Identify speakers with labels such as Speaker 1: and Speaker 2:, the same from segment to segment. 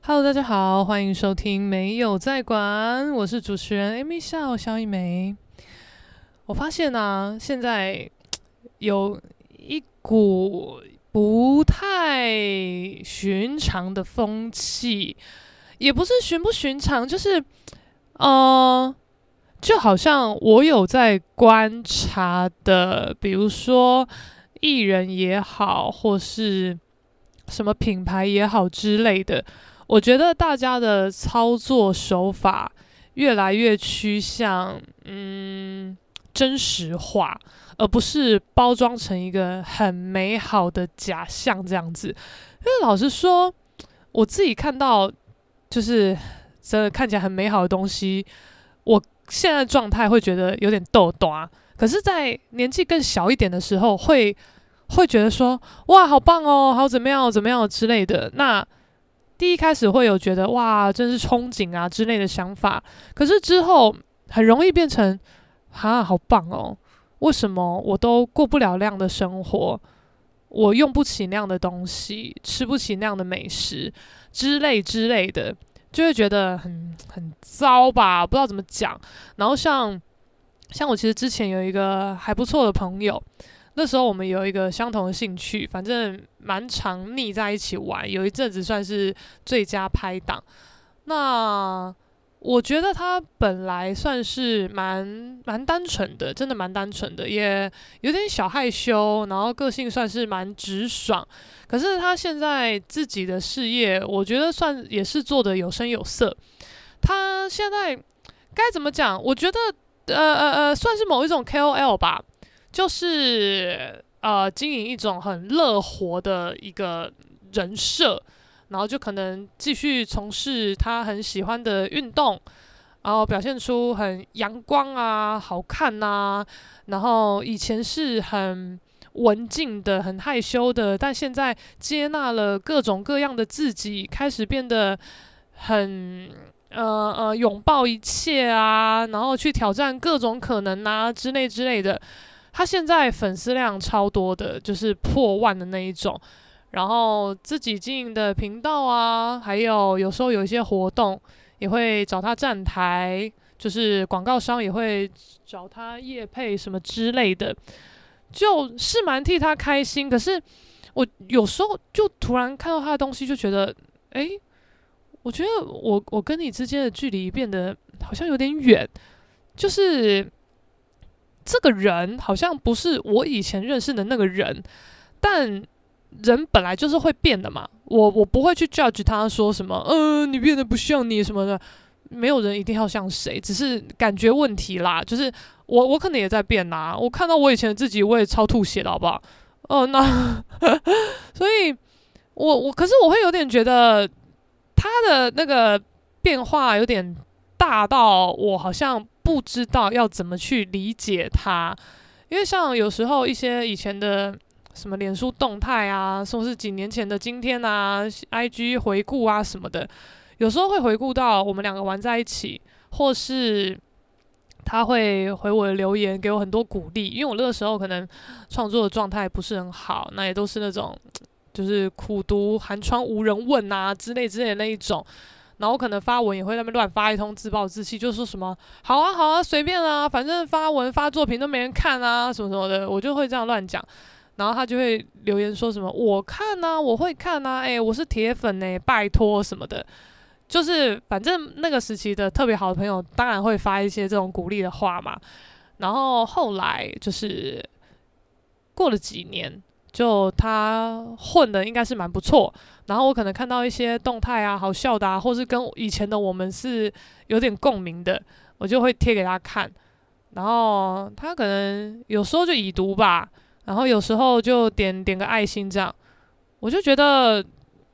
Speaker 1: Hello，大家好，欢迎收听没有在管，我是主持人 Amy 肖一梅。我发现啊，现在有一股不太寻常的风气，也不是寻不寻常，就是呃，就好像我有在观察的，比如说艺人也好，或是什么品牌也好之类的。我觉得大家的操作手法越来越趋向真实化，而不是包装成一个很美好的假象这样子。因为老实说，我自己看到就是真的看起来很美好的东西，我现在的状态会觉得有点逗逗啊。可是，在年纪更小一点的时候，会觉得说，哇，好棒哦，好怎么样怎么样之类的。那第一开始会有觉得哇，真是憧憬啊之类的想法，可是之后很容易变成好棒哦，为什么我都过不了那样的生活？我用不起那样的东西，吃不起那样的美食之类的，就会觉得很糟吧，不知道怎么讲。然后像我其实之前有一个还不错的朋友，那时候我们有一个相同的兴趣，反正蛮常腻在一起玩，有一阵子算是最佳拍档。那我觉得他本来算是蛮单纯的，真的蛮单纯的，也有点小害羞，然后个性算是蛮直爽。可是他现在自己的事业，我觉得算也是做得有声有色。他现在该怎么讲？我觉得算是某一种 KOL 吧。就是经营一种很乐活的一个人设，然后就可能继续从事他很喜欢的运动，然后表现出很阳光啊、好看啊，然后以前是很文静的、很害羞的，但现在接纳了各种各样的自己，开始变得很拥抱一切啊，然后去挑战各种可能啊之类的。他现在粉丝量超多的，就是破万的那一种。然后自己经营的频道啊，还有时候有一些活动也会找他站台，就是广告商也会找他业配什么之类的，就是蛮替他开心。可是我有时候就突然看到他的东西，就觉得，诶，我觉得我跟你之间的距离变得好像有点远，就是这个人好像不是我以前认识的那个人，但人本来就是会变的嘛。我不会去 judge 他说什么，你变得不像你什么的。没有人一定要像谁，只是感觉问题啦。就是我可能也在变啦。我看到我以前的自己，我也超吐血的好不好？那所以可是我会有点觉得他的那个变化有点大到我好像不知道要怎么去理解它。因为像有时候一些以前的什么脸书动态啊，甚至是几年前的今天啊，IG 回顾啊什么的，有时候会回顾到我们两个玩在一起，或是他会回我的留言，给我很多鼓励。因为我那个时候可能创作的状态不是很好，那也都是那种就是苦读寒窗无人问啊之类的那一种。然后我可能发文也会在那边乱发一通自暴自弃，就说什么好啊好啊随便啊，反正发文发作品都没人看啊什么什么的，我就会这样乱讲。然后他就会留言说什么我看啊，我会看啊，我是铁粉拜托什么的。就是反正那个时期的特别好的朋友，当然会发一些这种鼓励的话嘛。然后后来就是过了几年，就他混的应该是蛮不错。然后我可能看到一些动态啊，好笑的啊，或是跟以前的我们是有点共鸣的，我就会贴给他看。然后他可能有时候就已读吧，然后有时候就点个爱心这样。我就觉得，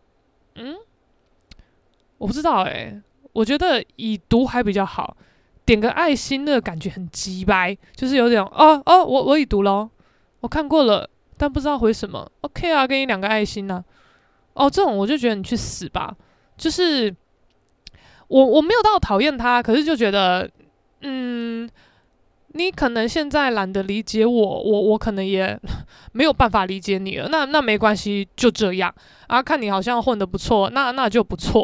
Speaker 1: 我不知道我觉得已读还比较好，点个爱心的感觉很鸡掰，就是有点我已读咯，我看过了，但不知道回什么。OK 啊，给你2个爱心啊。这种我就觉得你去死吧。就是我没有到讨厌他，可是就觉得，你可能现在懒得理解我可能也没有办法理解你了。那没关系，就这样啊。看你好像混得不错，那就不错。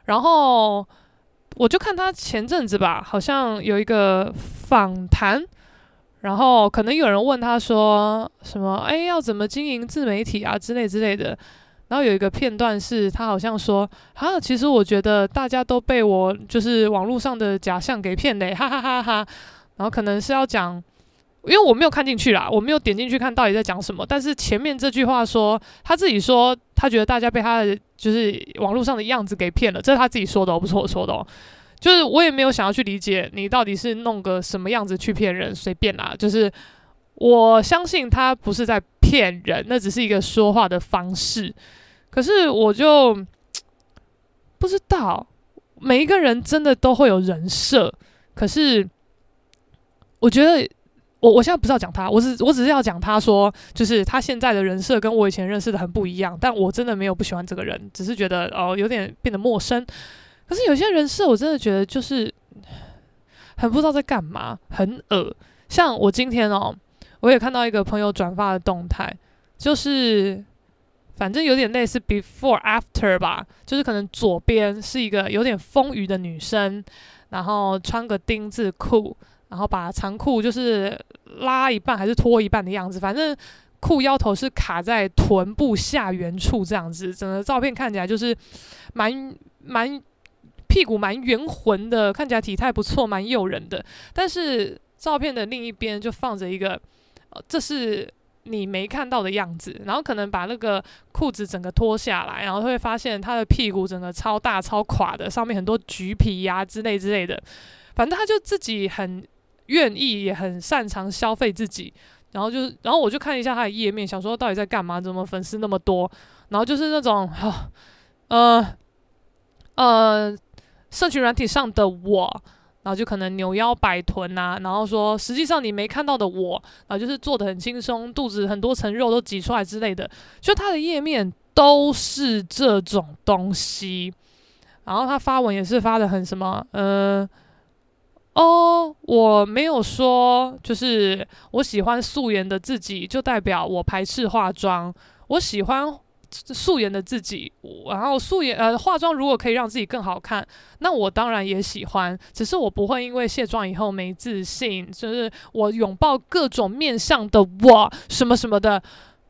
Speaker 1: 然后我就看他前阵子吧，好像有一个访谈，然后可能有人问他说什么，要怎么经营自媒体啊之类之类的。然后有一个片段是他好像说，其实我觉得大家都被我就是网络上的假象给骗嘞，哈哈哈哈。然后可能是要讲，因为我没有看进去啦，我没有点进去看到底在讲什么。但是前面这句话说，他自己说他觉得大家被他的就是网络上的样子给骗了，这是他自己说的不是我说的就是我也没有想要去理解你到底是弄个什么样子去骗人，随便啦。就是我相信他不是在骗人，那只是一个说话的方式。可是我就不知道，每一个人真的都会有人设，可是我觉得我现在不是要讲他，我只是要讲他说，就是他现在的人设跟我以前认识的很不一样，但我真的没有不喜欢这个人，只是觉得有点变得陌生。可是有些人设我真的觉得就是很不知道在干嘛，很恶。像我今天我也看到一个朋友转发的动态，就是反正有点类似 before after 吧，就是可能左边是一个有点丰腴的女生，然后穿个丁字裤，然后把长裤就是拉一半还是拖一半的样子，反正裤腰头是卡在臀部下缘处这样子，整个照片看起来就是蛮屁股蛮圆浑的，看起来体态不错，蛮诱人的。但是照片的另一边就放着一个，这是你没看到的样子，然后可能把那个裤子整个脱下来，然后会发现他的屁股整个超大超垮的，上面很多橘皮啊之类之类的。反正他就自己很愿意，也很擅长消费自己。然后我就看一下他的页面，想说到底在干嘛？怎么粉丝那么多？然后就是那种社群软体上的我，然后就可能扭腰摆臀啊，然后说实际上你没看到的我，然后就是做得很轻松，肚子很多层肉都挤出来之类的，就他的页面都是这种东西。然后他发文也是发得很什么，我没有说就是我喜欢素颜的自己就代表我排斥化妆，我喜欢素颜的自己，然后化妆如果可以让自己更好看，那我当然也喜欢，只是我不会因为卸妆以后没自信，就是我拥抱各种面向的我什么什么的。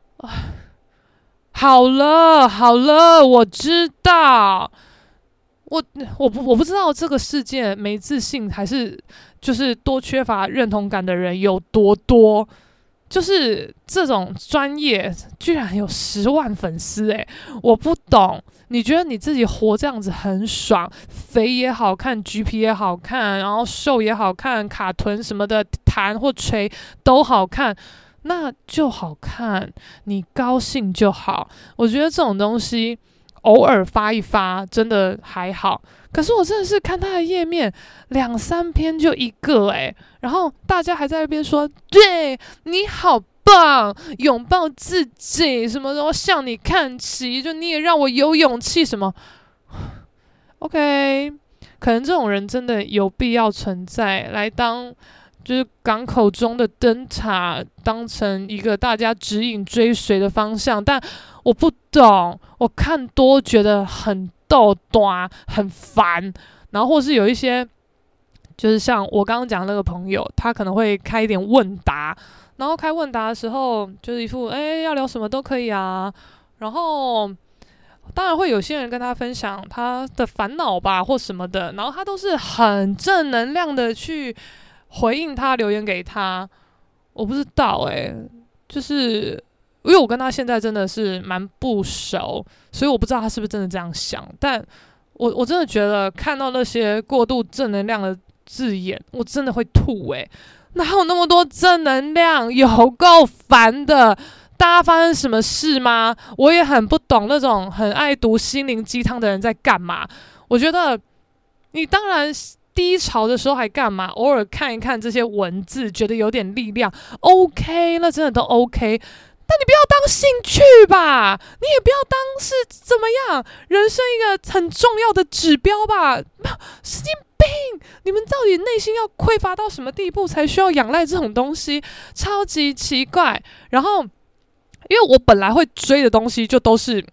Speaker 1: 好了，我知道，我不知道这个世界没自信还是就是多缺乏认同感的人有多多。就是这种专业居然有10万粉丝我不懂。你觉得你自己活这样子很爽，肥也好看，橘皮也好看，然后瘦也好看，卡臀什么的弹或垂都好看，那就好看，你高兴就好。我觉得这种东西偶尔发一发真的还好，可是我真的是看他的页面2-3篇就一个然后大家还在那边说对你好棒，拥抱自己什么的，向你看齐，就你也让我有勇气什么。OK， 可能这种人真的有必要存在，来当就是港口中的灯塔，当成一个大家指引追随的方向，但我不懂，我看多觉得很逗短，很烦。然后或是有一些就是像我刚刚讲的那个朋友，他可能会开一点问答，然后开问答的时候就是一副要聊什么都可以啊，然后当然会有些人跟他分享他的烦恼吧或什么的，然后他都是很正能量的去回应他，留言给他。我不知道就是因为我跟他现在真的是蛮不熟，所以我不知道他是不是真的这样想，但我真的觉得看到那些过度正能量的字眼，我真的会吐哪有那么多正能量，有够烦的。大家发生什么事吗？我也很不懂那种很爱读心灵鸡汤的人在干嘛。我觉得你当然低潮的时候还干嘛？偶尔看一看这些文字，觉得有点力量 ，OK， 那真的都 OK。但你不要当兴趣吧，你也不要当是怎么样人生一个很重要的指标吧。神经病！你们到底内心要匮乏到什么地步才需要仰赖这种东西？超级奇怪。然后，因为我本来会追的东西就都是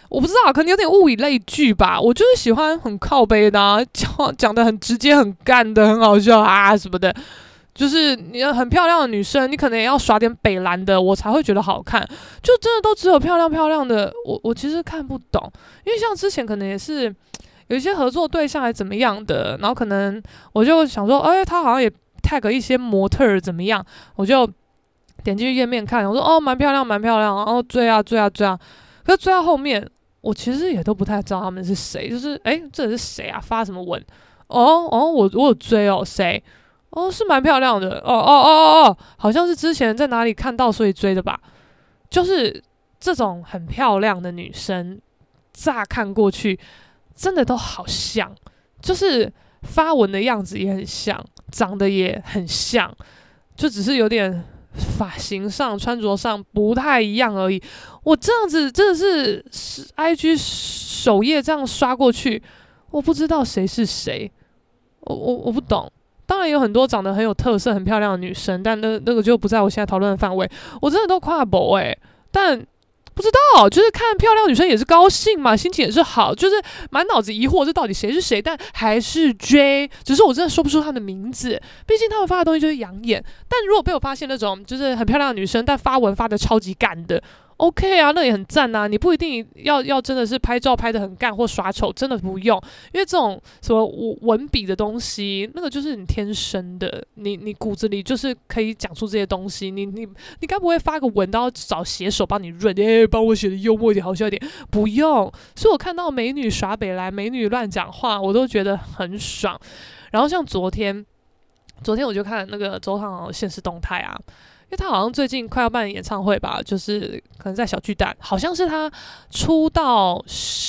Speaker 1: 我不知道，可能有点物以类聚吧。我就是喜欢很靠背的啊，讲的很直接、很干的、很好笑啊什么的。就是你很漂亮的女生，你可能也要耍点北蓝的，我才会觉得好看。就真的都只有漂亮漂亮的，我其实看不懂。因为像之前可能也是有一些合作对象还怎么样的，然后可能我就想说，他好像也 tag 一些模特儿怎么样，我就点进去页面看，我说蛮漂亮蛮漂亮，然后追啊追啊追啊，可是追到后面，我其实也都不太知道他们是谁，就是这人是谁啊？发什么文？我有追谁？是蛮漂亮的好像是之前在哪里看到所以追的吧。就是这种很漂亮的女生，乍看过去真的都好像，就是发文的样子也很像，长得也很像，就只是有点发型上、穿着上不太一样而已。我这样子真的是 IG 首页这样刷过去，我不知道谁是谁，我不懂。当然有很多长得很有特色、很漂亮的女生，但那个就不在我现在讨论的范围。我真的都跨博但不知道，就是看漂亮女生也是高兴嘛，心情也是好，就是满脑子疑惑这到底谁是谁，但还是追。只是我真的说不出他的名字，毕竟他们发的东西就是养眼。但如果被我发现那种就是很漂亮的女生，但发文发的超级干的，OK 啊，那也很赞啊！你不一定要真的是拍照拍得很干或耍丑，真的不用，因为这种什么文笔的东西，那个就是你天生的，你骨子里就是可以讲出这些东西。你该不会发个文都要找写手帮你润？帮我写的幽默一点、好笑一点？不用。所以我看到美女耍北来，美女乱讲话，我都觉得很爽。然后像昨天我就看那个周汤豪限时动态啊。因为他好像最近快要办演唱会吧，就是可能在小巨蛋，好像是他出道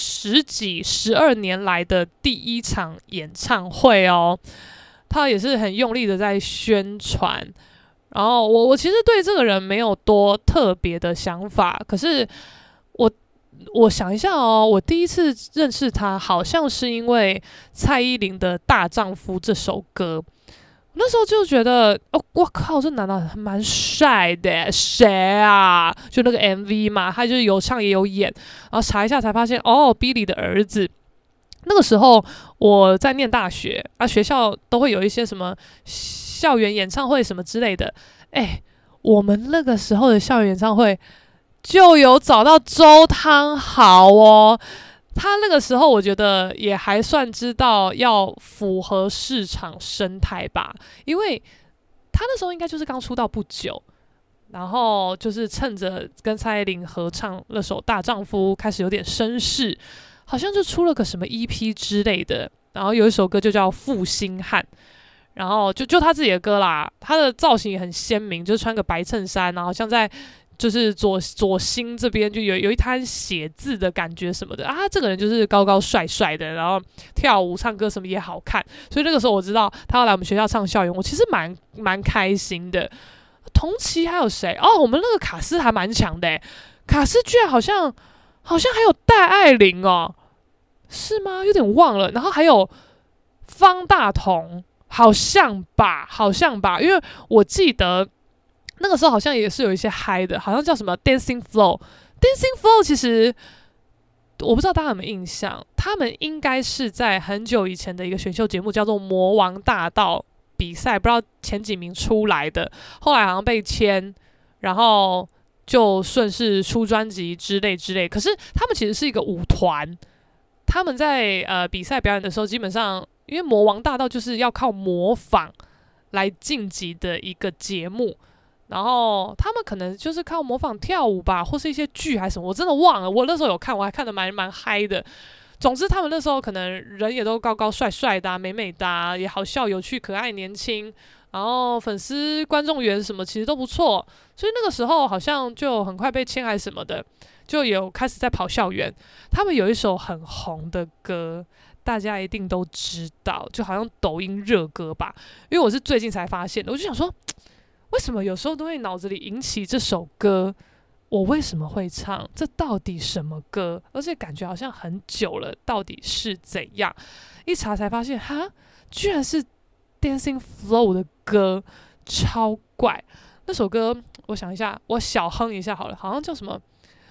Speaker 1: 12年来的第一场演唱会哦。他也是很用力的在宣传。然后我其实对这个人没有多特别的想法，可是我想一下我第一次认识他好像是因为蔡依林的《大丈夫》这首歌。那时候就觉得我靠，这男的蛮帅的，谁啊？就那个 MV 嘛，他就是有唱也有演，然后查一下才发现Billy 的儿子。那个时候我在念大学啊，学校都会有一些什么校园演唱会什么之类的。我们那个时候的校园演唱会就有找到周汤豪哦。他那个时候我觉得也还算知道要符合市场生态吧，因为他那时候应该就是刚出道不久，然后就是趁着跟蔡依林合唱那首《大丈夫》开始有点声势，好像就出了个什么 EP 之类的，然后有一首歌就叫《负心汉》，然后就他自己的歌啦，他的造型也很鲜明，就是穿个白衬衫，然后像在就是左心这边就有一滩写字的感觉什么的啊，这个人就是高高帅帅的，然后跳舞唱歌什么也好看，所以那个时候我知道他要来我们学校唱校园，我其实蛮开心的。同期还有谁？我们那个卡斯还蛮强的卡斯居然好像还有戴爱玲是吗？有点忘了。然后还有方大同，好像吧，因为我记得。那个时候好像也是有一些嗨的，好像叫什么 Dancing Flow。Dancing Flow 其实我不知道大家有没有印象，他们应该是在很久以前的一个选秀节目叫做《魔王大道》比赛，不知道前几名出来的，后来好像被签，然后就顺势出专辑之类。可是他们其实是一个舞团，他们在比赛表演的时候，基本上因为《魔王大道》就是要靠模仿来晋级的一个节目。然后他们可能就是靠模仿跳舞吧，或是一些剧还是什么，我真的忘了。我那时候有看，我还看得蛮嗨的。总之，他们那时候可能人也都高高帅帅的美美的也好笑、有趣、可爱、年轻。然后粉丝、观众缘什么其实都不错，所以那个时候好像就很快被签还是什么的，就有开始在跑校园。他们有一首很红的歌，大家一定都知道，就好像抖音热歌吧。因为我是最近才发现的，我就想说。为什么有时候都会脑子里引起这首歌？我为什么会唱？这到底什么歌？而且感觉好像很久了，到底是怎样？一查才发现，居然是 Dancing Flow 的歌，超怪。那首歌，我想一下，我小哼一下好了，好像叫什么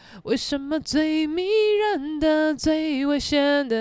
Speaker 1: 为什么最迷人的、最危险的，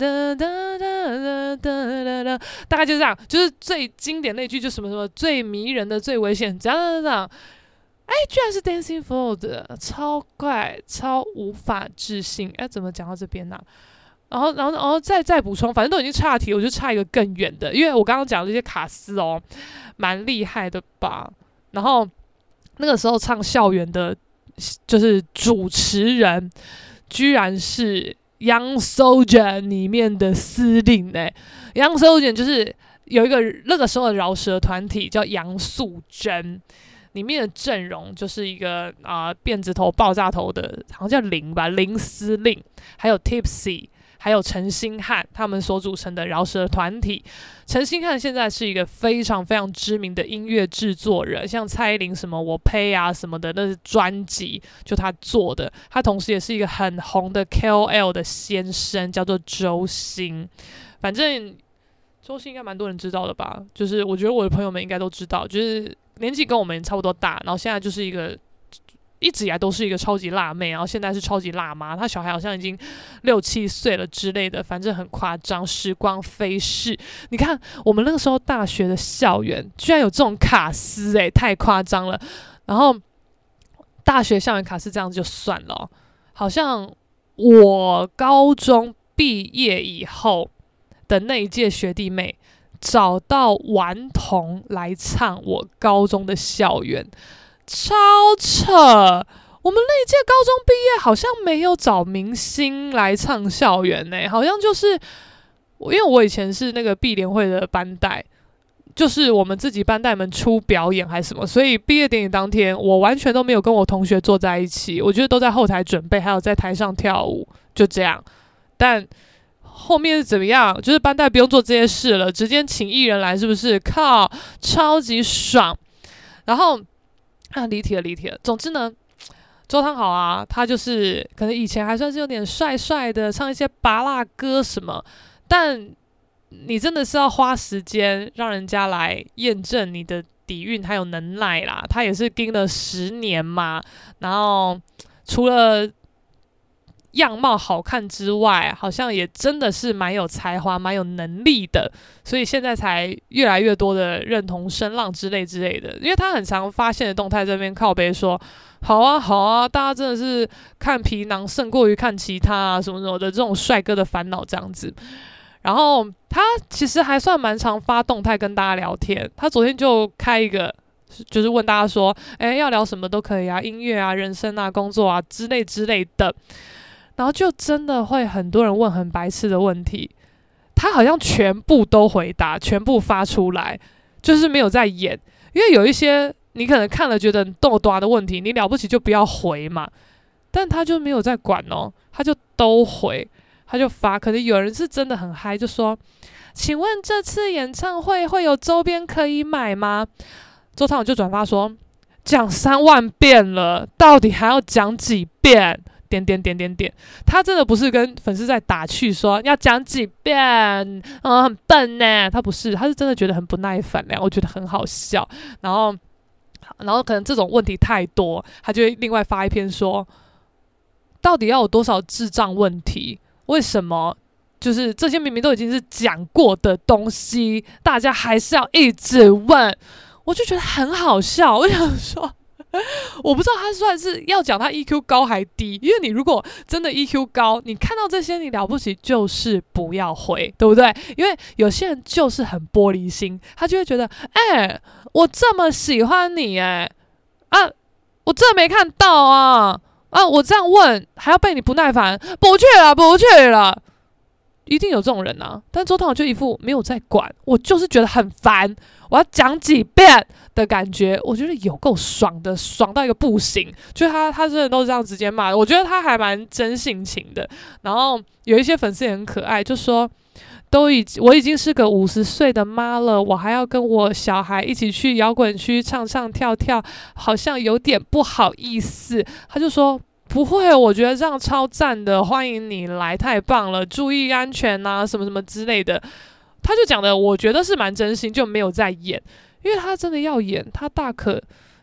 Speaker 1: 大概就这样，就是最经典那句，就什么什么最迷人的、最危险，怎样怎样。哎，居然是 Dancing Floor 的，超怪，超无法置信。哎，怎么讲到这边呢、然后再补充，反正都已经岔题，我就差一个更远的，因为我刚刚讲的这些卡司哦，蛮厉害的吧。然后那个时候唱校园的，就是主持人，居然是 Young Soldier 里面的司令哎、Young Soldier 就是有一个那个时候的饶舌团体叫杨素贞。里面的阵容就是一个辫子头、爆炸头的，好像叫林吧，林司令，还有 Tipsy， 还有陈星汉，他们所组成的饶舌团体。陈星汉现在是一个非常非常知名的音乐制作人，像蔡依林什么我呸啊什么的，那是专辑就他做的。他同时也是一个很红的 KOL 的先生，叫做周星。反正周星应该蛮多人知道的吧，就是我觉得我的朋友们应该都知道，就是年纪跟我们差不多大，然后现在就是一个一直以来都是一个超级辣妹，然后现在是超级辣妈，她小孩好像已经6、7岁了之类的，反正很夸张。时光飞逝，你看我们那个时候大学的校园居然有这种卡司太夸张了。然后大学校园卡司这样子就算了好像我高中毕业以后的那一届学弟妹找到顽童来唱我高中的校园，超扯！我们那一届高中毕业好像没有找明星来唱校园好像就是因为我以前是那个毕联会的班代，就是我们自己班代们出表演还是什么，所以毕业典礼当天我完全都没有跟我同学坐在一起，我觉得都在后台准备，还有在台上跳舞，就这样。但后面是怎么样？就是班代不用做这些事了，直接请艺人来，是不是？靠，超级爽！然后离题了。总之呢，周汤豪啊，他就是可能以前还算是有点帅帅的，唱一些芭乐歌什么，但你真的是要花时间让人家来验证你的底蕴还有能耐啦。他也是盯了10年嘛，然后除了样貌好看之外，好像也真的是蛮有才华、蛮有能力的，所以现在才越来越多的认同声浪之类的。因为他很常发现的动态这边靠北说，好啊，大家真的是看皮囊胜过于看其他啊，什么什么的这种帅哥的烦恼这样子。然后他其实还算蛮常发动态跟大家聊天，他昨天就开一个。就是问大家说，要聊什么都可以啊，音乐啊、人生啊、工作啊之类的。然后就真的会很多人问很白痴的问题，他好像全部都回答，全部发出来，就是没有在演。因为有一些你可能看了觉得逗短的问题，你了不起就不要回嘛，但他就没有在管哦，他就都回，他就发。可能有人是真的很嗨，就说，请问这次演唱会会有周边可以买吗？周汤豪就转发说，讲3万遍了，到底还要讲几遍？点，他真的不是跟粉丝在打趣说要讲几遍，很笨呢。他不是，他是真的觉得很不耐烦了，我觉得很好笑。然后可能这种问题太多，他就会另外发一篇说，到底要有多少智障问题？为什么？就是这些明明都已经是讲过的东西，大家还是要一直问。我就觉得很好笑，我想说，我不知道他算是要讲他 EQ 高还低，因为你如果真的 EQ 高，你看到这些你了不起就是不要回，对不对？因为有些人就是很玻璃心，他就会觉得，我这么喜欢你，我真的没看到啊，我这样问还要被你不耐烦，不去了。一定有这种人啊，但周汤豪就一副没有在管，我就是觉得很烦，我要讲几遍的感觉，我觉得有够爽的，爽到一个不行。就是他真的都是这样直接骂，我觉得他还蛮真性情的。然后有一些粉丝也很可爱，就说我已经是个50岁的妈了，我还要跟我小孩一起去摇滚区唱唱跳跳，好像有点不好意思。他就说，不会，我觉得这样超赞的，欢迎你来，太棒了，注意安全啊，什么什么之类的。他就讲的，我觉得是蛮真心，就没有在演，因为他真的要演，他大可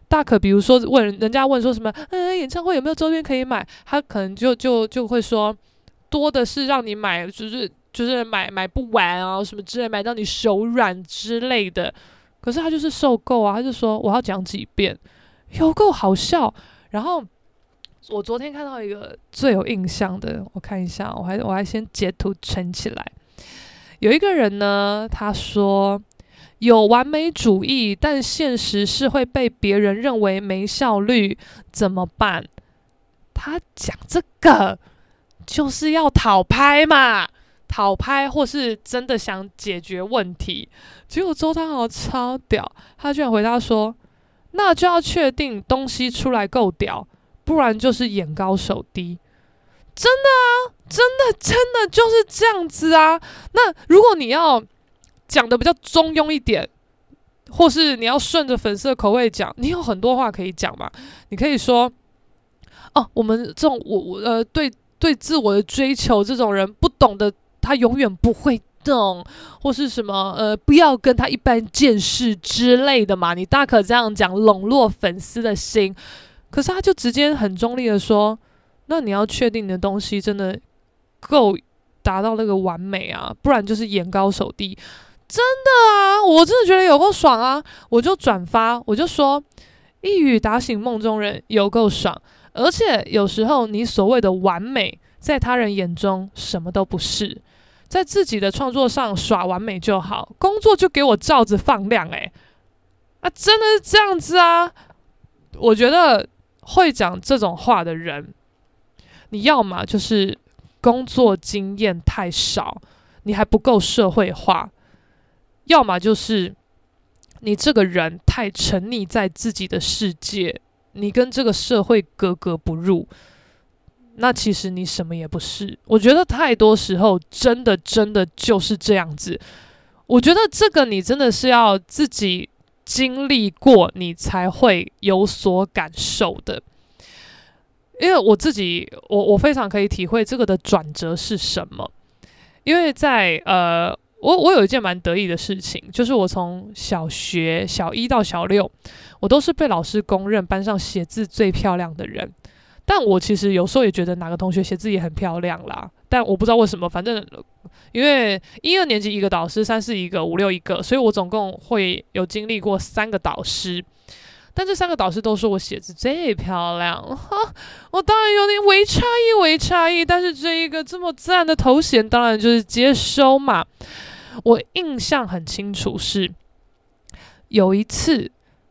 Speaker 1: 大可比如说人家问说什么，演唱会有没有周边可以买，他可能就会说，多的是让你买，就是买不完啊，什么之类，买到你手软之类的。可是他就是受够啊，他就说我要讲几遍，有够好笑。然后我昨天看到一个最有印象的，我看一下，我还先截图存起来。有一个人呢，他说有完美主义，但现实是会被别人认为没效率，怎么办？他讲这个就是要讨拍嘛，讨拍或是真的想解决问题。结果周汤豪超屌，他居然回答说，那就要确定东西出来够屌，不然就是眼高手低。真的啊，真的就是这样子啊。那如果你要讲的比较中庸一点，或是你要顺着粉丝的口味讲，你有很多话可以讲嘛。你可以说，我们这种对自我的追求这种人不懂的，他永远不会懂，或是什么不要跟他一般见识之类的嘛。你大可这样讲，笼络粉丝的心。可是他就直接很中立的说，那你要确定你的东西真的够达到那个完美啊，不然就是眼高手低。真的啊，我真的觉得有够爽啊！我就转发，我就说一语打醒梦中人，有够爽。而且有时候你所谓的完美，在他人眼中什么都不是，在自己的创作上耍完美就好，工作就给我照着放量真的是这样子啊！我觉得会讲这种话的人，你要嘛就是工作经验太少，你还不够社会化，要么就是你这个人太沉溺在自己的世界，你跟这个社会格格不入，那其实你什么也不是。我觉得太多时候真的就是这样子。我觉得这个你真的是要自己经历过，你才会有所感受的。因为我自己，我非常可以体会这个的转折是什么。因为在我有一件蛮得意的事情，就是我从小学小一到小六，我都是被老师公认班上写字最漂亮的人。但我其实有时候也觉得哪个同学写字也很漂亮啦，但我不知道为什么，反正因为1、2年级一个导师，3、4一个，5、6一个，所以我总共会有经历过3个导师。但这3个导师都说我写字最漂亮，我当然有点微差异，但是这一个这么赞的头衔，当然就是接收嘛。我印象很清楚是有一次，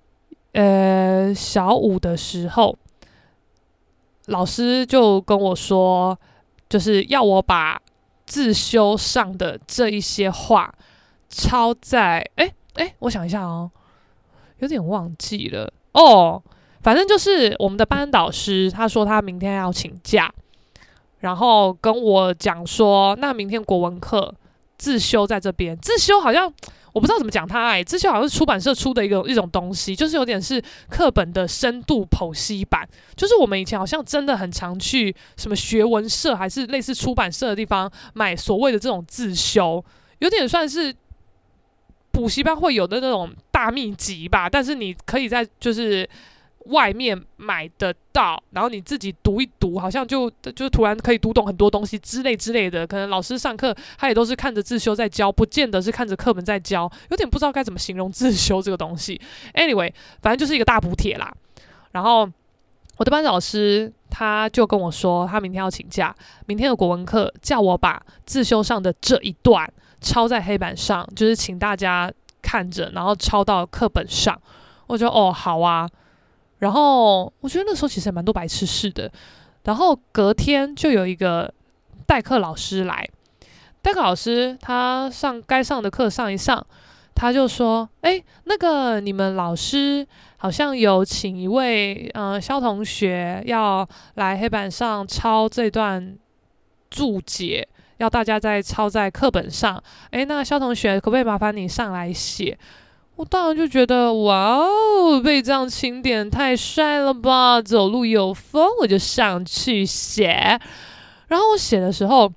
Speaker 1: 小5的时候，老师就跟我说，就是要我把自修上的这一些话抄在，我想一下哦。有点忘记了反正就是我们的班导师，他说他明天要请假，然后跟我讲说，那明天国文课自修在这边。自修好像我不知道怎么讲它自修好像是出版社出的一种东西，就是有点是课本的深度剖析版。就是我们以前好像真的很常去什么学文社还是类似出版社的地方买所谓的这种自修，有点算是补习班会有的那种大秘籍吧，但是你可以在就是外面买得到，然后你自己读一读，好像就突然可以读懂很多东西之类的。可能老师上课他也都是看着自修在教，不见得是看着课本在教，有点不知道该怎么形容自修这个东西。Anyway， 反正就是一个大补帖啦。然后我的班导师他就跟我说，他明天要请假，明天的国文课叫我把自修上的这一段抄在黑板上，就是请大家看着，然后抄到课本上。我就好啊。然后我觉得那时候其实也蛮多白痴事的。然后隔天就有一个代课老师来，代课老师他该上的课上一上，他就说，那个你们老师好像有请一位肖同学要来黑板上抄这段注解，要大家再抄在课本上。那肖同学可不可以麻烦你上来写？我当然就觉得哇哦，被这样钦点太帅了吧，走路有风，我就上去写。然后我写的时候，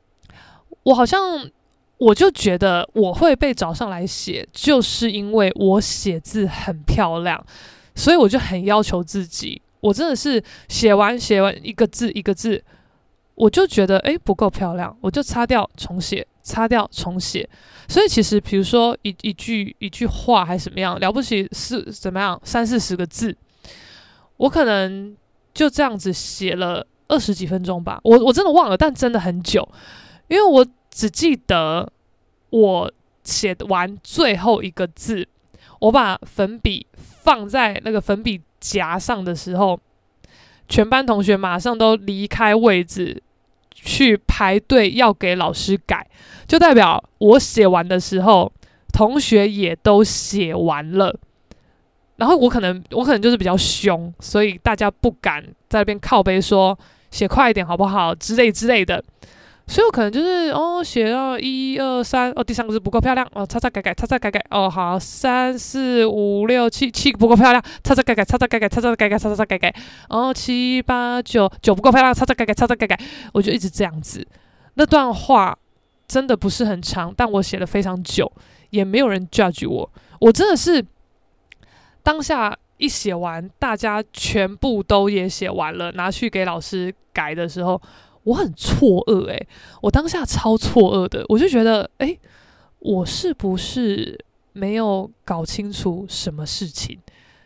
Speaker 1: 我就觉得我会被找上来写，就是因为我写字很漂亮。 所以我就很要求自己，我真的是写完一个字一个字，我就觉得不够漂亮，我就擦掉重写，擦掉重写。所以其实比如说一句话还是怎么样，了不起怎么样30-40个字，我可能就这样子写了20几分钟吧，我真的忘了，但真的很久，因为我只记得我写完最后一个字，我把粉笔放在那个粉笔夹上的时候，全班同学马上都离开位置去排队要给老师改，就代表我写完的时候同学也都写完了。然后我可能就是比较凶，所以大家不敢在那边靠背说写快一点好不好之类的，所以我可能就是写到1、2、3，第3个字不够漂亮，擦擦改改，擦擦改改，好，3、4、5、6、7不够漂亮，擦擦改改，擦擦改改，擦擦改改，擦擦改改，7、8、9不够漂亮，擦擦改改，擦擦改改，我就一直这样子。那段话真的不是很长，但我写了非常久，也没有人 judge 我，我真的是当下一写完，大家全部都也写完了，拿去给老师改的时候，我很错愕我当下超错愕的，我就觉得我是不是没有搞清楚什么事情？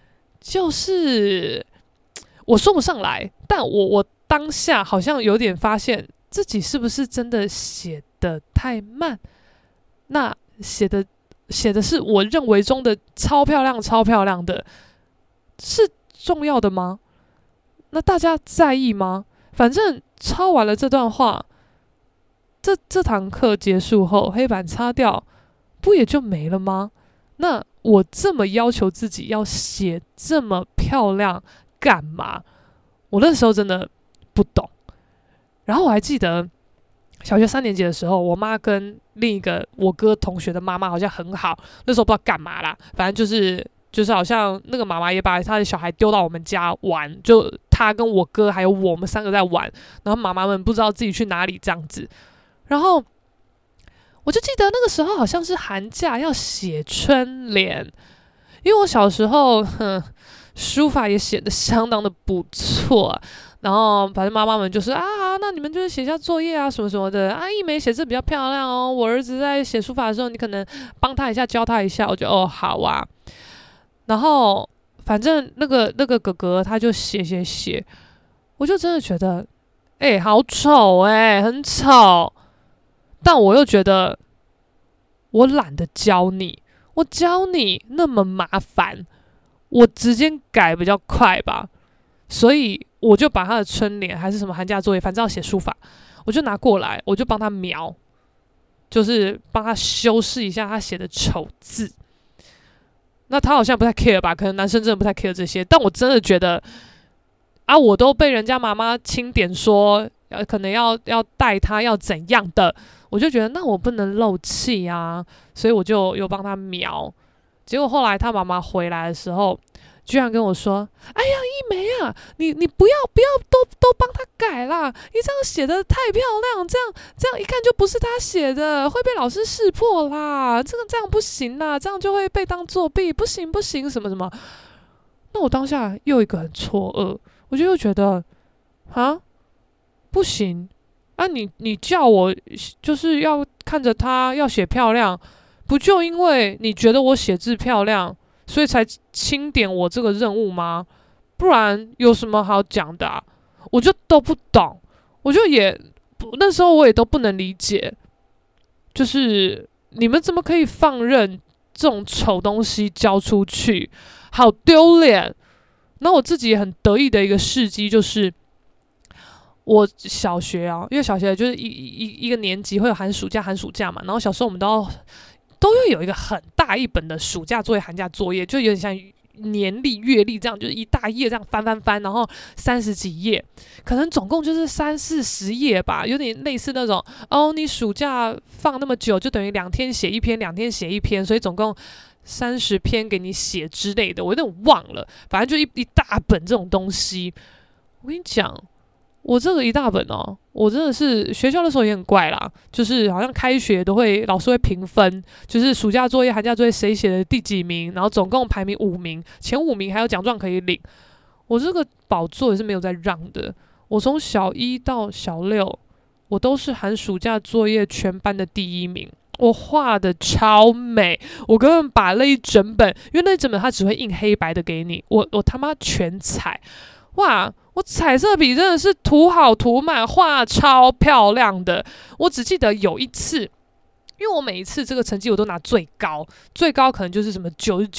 Speaker 1: 就是我说不上来，但我当下好像有点发现自己是不是真的写得太慢？那写的是我认为中的超漂亮的，是重要的吗？那大家在意吗？反正抄完了这段话，这堂课结束后，黑板擦掉，不也就没了吗？那我这么要求自己要写这么漂亮干嘛？我那时候真的不懂。然后我还记得小学3年级的时候，我妈跟另一个我哥同学的妈妈好像很好，那时候不知道干嘛啦，反正就是好像那个妈妈也把她的小孩丢到我们家玩，就她跟我哥还有我们3个在玩，然后妈妈们不知道自己去哪里这样子。然后我就记得那个时候好像是寒假要写春联，因为我小时候书法也写得相当的不错，然后反正妈妈们就是那你们就是写下作业啊什么什么的，一梅写字比较漂亮哦，我儿子在写书法的时候你可能帮他一下教他一下，我就好啊。然后反正那个哥哥他就写，我就真的觉得好丑很丑，但我又觉得我懒得教你，我教你那么麻烦，我直接改比较快吧。所以我就把他的春联还是什么寒假作业，反正要写书法，我就拿过来，我就帮他描，就是帮他修饰一下他写的丑字。那他好像不太 care 吧，可能男生真的不太 care 这些，但我真的觉得我都被人家妈妈钦点说可能要带他要怎样的，我就觉得那我不能漏气啊，所以我就有帮他描。结果后来他妈妈回来的时候，居然跟我说：“哎呀，一梅啊，你不要都帮他改啦！你这样写的太漂亮，这样一看就不是他写的，会被老师识破啦！这样不行啦，这样就会被当作弊，不行什么什么。”那我当下又一个很错愕，我就又觉得不行你叫我就是要看着他要写漂亮，不就因为你觉得我写字漂亮，所以才钦点我这个任务吗？不然有什么好讲的我就都不懂，我就那时候我也都不能理解，就是你们怎么可以放任这种丑东西交出去，好丢脸。然后我自己也很得意的一个事迹就是我小学因为小学就是一个年级会有寒暑假嘛，然后小时候我们都会有一个很大一本的暑假作业寒假作业，就有点像年历月历这样，就是一大页这样翻，然后30几页，可能总共就是30-40页吧，有点类似那种你暑假放那么久，就等于2天写一篇，2天写一篇，所以总共30篇给你写之类的，我有点忘了，反正就一大本这种东西。我跟你讲，我这个一大本我真的是学校的时候也很怪啦，就是好像开学老师会评分，就是暑假作业、寒假作业谁写的第几名，然后总共排名5名，前5名还有奖状可以领。我这个宝座也是没有在让的，我从小1到小6，我都是寒暑假作业全班的第1名。我画的超美，我根本把那一整本，因为那一整本它只会印黑白的给你，我他妈全彩，哇！我彩色笔真的是涂好涂满，画超漂亮的。我只记得有一次，因为我每一次这个成绩我都拿最高，最高可能就是什么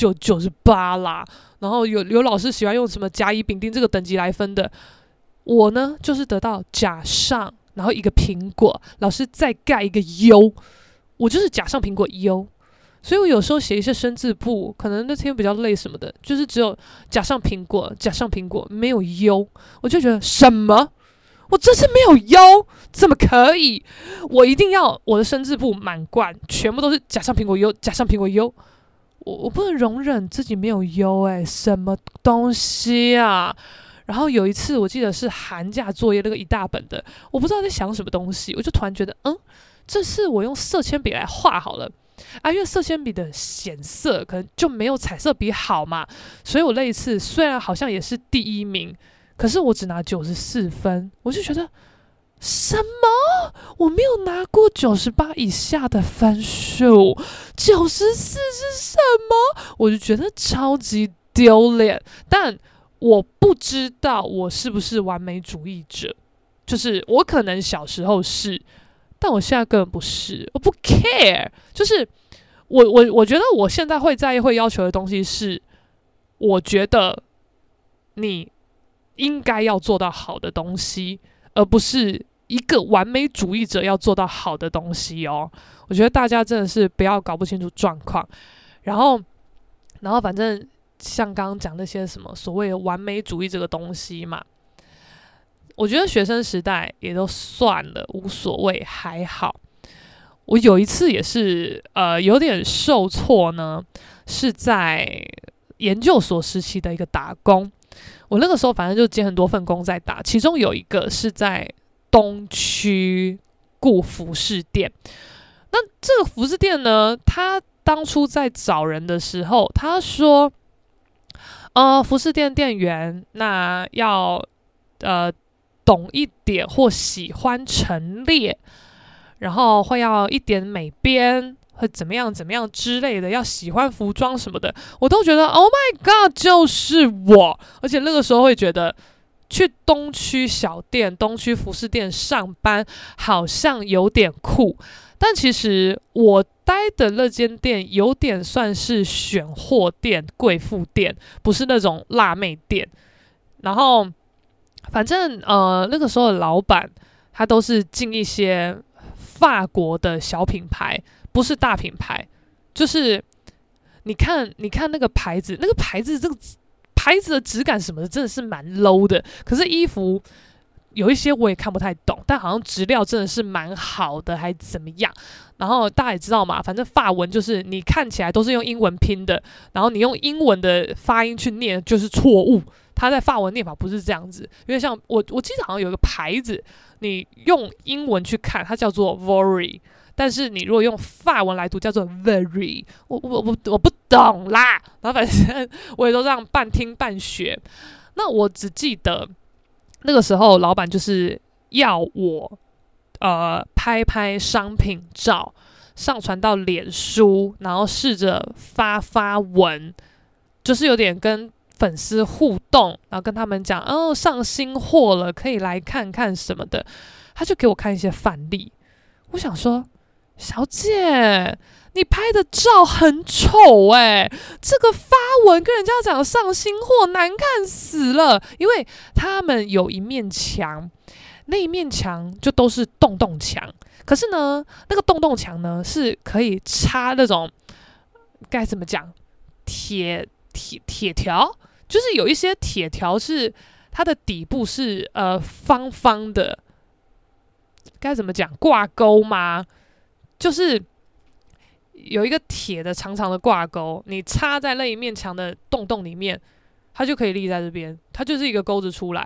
Speaker 1: 99、98啦。然后有老师喜欢用什么甲乙丙丁这个等级来分的，我呢就是得到甲上，然后一个苹果，老师再盖一个优，我就是甲上苹果优。所以我有时候写一些生字簿，可能那天比较累什么的，就是只有甲上苹果，甲上苹果，没有优，我就觉得什么？我这次没有优，怎么可以？我一定要我的生字簿满贯，全部都是甲上苹果优，甲上苹果优。我不能容忍自己没有优，什么东西啊？然后有一次我记得是寒假作业那个一大本的，我不知道在想什么东西，我就突然觉得，这次我用色铅笔来画好了。因为色铅笔的显色可能就没有彩色笔好嘛，所以我那一次虽然好像也是第1名，可是我只拿94分，我就觉得什么？我没有拿过98以下的分数，94是什么？我就觉得超级丢脸，但我不知道我是不是完美主义者，就是我可能小时候是。但我现在根本不是，我不 care。就是我觉得我现在会在意、会要求的东西是，我觉得你应该要做到好的东西，而不是一个完美主义者要做到好的东西哦。我觉得大家真的是不要搞不清楚状况，然后反正像刚刚讲那些什么所谓的完美主义这个东西嘛。我觉得学生时代也都算了，无所谓，还好。我有一次也是有点受挫呢，是在研究所时期的一个打工。我那个时候反正就接很多份工在打，其中有一个是在东区顾服饰店。那这个服饰店呢，他当初在找人的时候，他说，服饰店店员那要懂一点或喜欢陈列，然后会要一点美编，会怎么样怎么样之类的，要喜欢服装什么的，我都觉得 Oh my God 就是我。而且那个时候会觉得去东区小店、东区服饰店上班好像有点酷，但其实我待的那间店有点算是选货店、贵妇店，不是那种辣妹店。然后反正那个时候的老板他都是进一些法国的小品牌，不是大品牌，就是你看那个牌子，这个牌子的质感什么的真的是蛮 low 的，可是衣服有一些我也看不太懂，但好像质料真的是蛮好的，还怎么样？然后大家也知道嘛，反正法文就是你看起来都是用英文拼的，然后你用英文的发音去念就是错误。它在法文念法不是这样子，因为像我记得好像有一个牌子，你用英文去看，它叫做 Vory， 但是你如果用法文来读，叫做 Very， 我不懂啦。然后反正我也都这样半听半学。那我只记得那个时候老板就是要我拍商品照，上传到脸书，然后试着发文，就是有点跟粉丝互动，然后跟他们讲上新货了，可以来看看什么的。他就给我看一些范例，我想说，小姐，你拍的照很丑这个发文跟人家讲上新货难看死了。因为他们有一面墙，那一面墙就都是洞墙，可是呢，那个洞墙呢是可以插那种该怎么讲铁条。就是有一些铁条是它的底部是方方的，该怎么讲挂钩吗？就是有一个铁的长长的挂钩，你插在那一面墙的洞里面，它就可以立在这边，它就是一个钩子出来。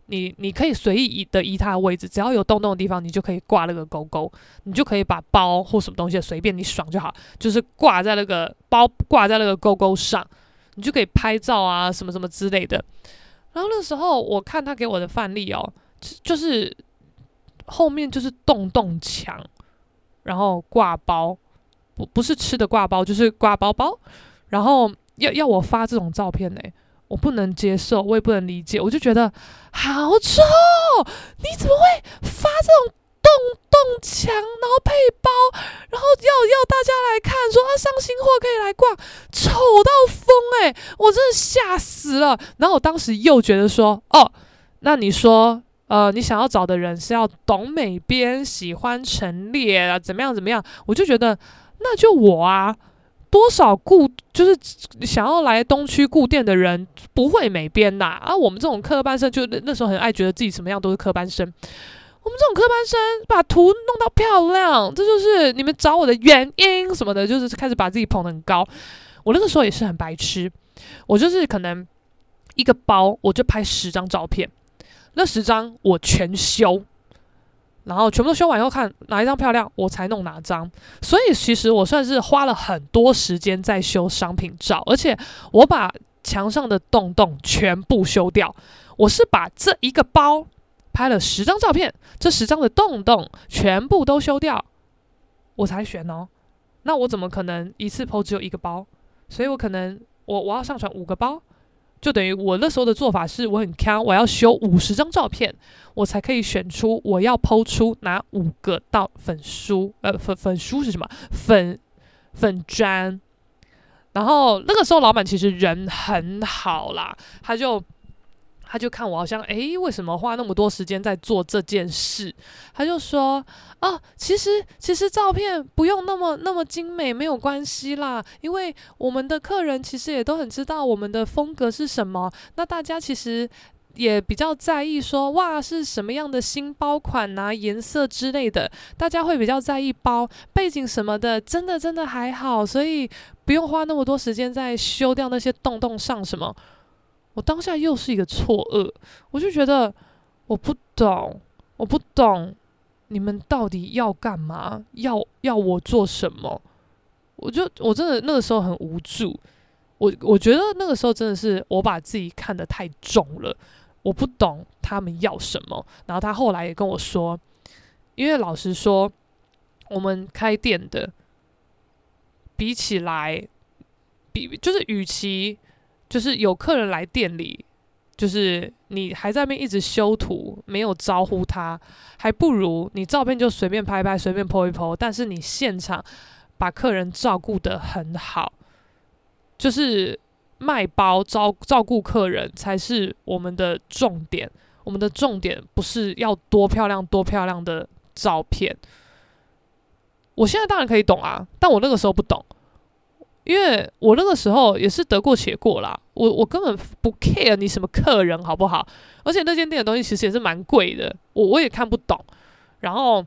Speaker 1: 你可以随意的移它的位置，只要有洞洞的地方，你就可以挂那个勾勾，你就可以把包或什么东西随便你爽就好，就是挂在那个勾勾上，你就可以拍照啊什么什么之类的。然后那时候我看他给我的范例哦，就是后面就是洞洞墙，然后挂包，不是吃的挂包，就是挂包包，然后要我发这种照片呢，我不能接受，我也不能理解，我就觉得好丑，你怎么会发这种洞墙，然后配包，然后要大家来看，说上新货可以来逛，丑到疯我真的吓死了。然后我当时又觉得说，哦，那你说你想要找的人是要懂美编，喜欢陈列啊，怎么样，我就觉得那就我啊。多少就是想要来东区顾店的人不会美编呐啊！我们这种科班生就那时候很爱觉得自己什么样都是科班生，我们这种科班生把图弄到漂亮，这就是你们找我的原因什么的，就是开始把自己捧得很高。我那个时候也是很白痴，我就是可能一个包我就拍10张照片，那10张我全修。然后全部都修完以后看哪一张漂亮，我才弄哪张。所以其实我算是花了很多时间在修商品照，而且我把墙上的洞洞全部修掉。我是把这一个包拍了10张照片，这10张的洞洞全部都修掉，我才选哦。那我怎么可能一次 po 只有一个包？所以我可能我要上传5个包。就等于我那时候的做法是我很强，我要修50张照片，我才可以选出我要po出哪5个到粉书是什么？粉专。然后那个时候老板其实人很好啦，他就看我好像为什么花那么多时间在做这件事？他就说其实照片不用那么精美，没有关系啦，因为我们的客人其实也都很知道我们的风格是什么，那大家其实也比较在意说哇是什么样的新包款啊，颜色之类的，大家会比较在意包背景什么的，真的还好，所以不用花那么多时间在修掉那些洞洞上什么。我当下又是一个错愕，我就觉得我不懂你们到底要干嘛，要我做什么？我真的那个时候很无助，我觉得那个时候真的是我把自己看得太重了，我不懂他们要什么。然后他后来也跟我说，因为老实说，我们开店的比起来，就是与其就是有客人来店里，就是你还在那边一直修图，没有招呼他，还不如你照片就随便拍拍，随便 po 一 po， 但是你现场把客人照顾得很好，就是卖包照顾客人才是我们的重点。我们的重点不是要多漂亮的照片。我现在当然可以懂啊，但我那个时候不懂。因为我那个时候也是得过且过啦，我根本不 care 你什么客人好不好，而且那间店的东西其实也是蛮贵的，我也看不懂。然后，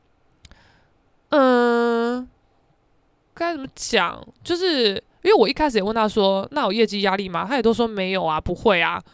Speaker 1: 该怎么讲？就是因为我一开始也问他说，那有业绩压力吗？他也都说没有啊，不会啊。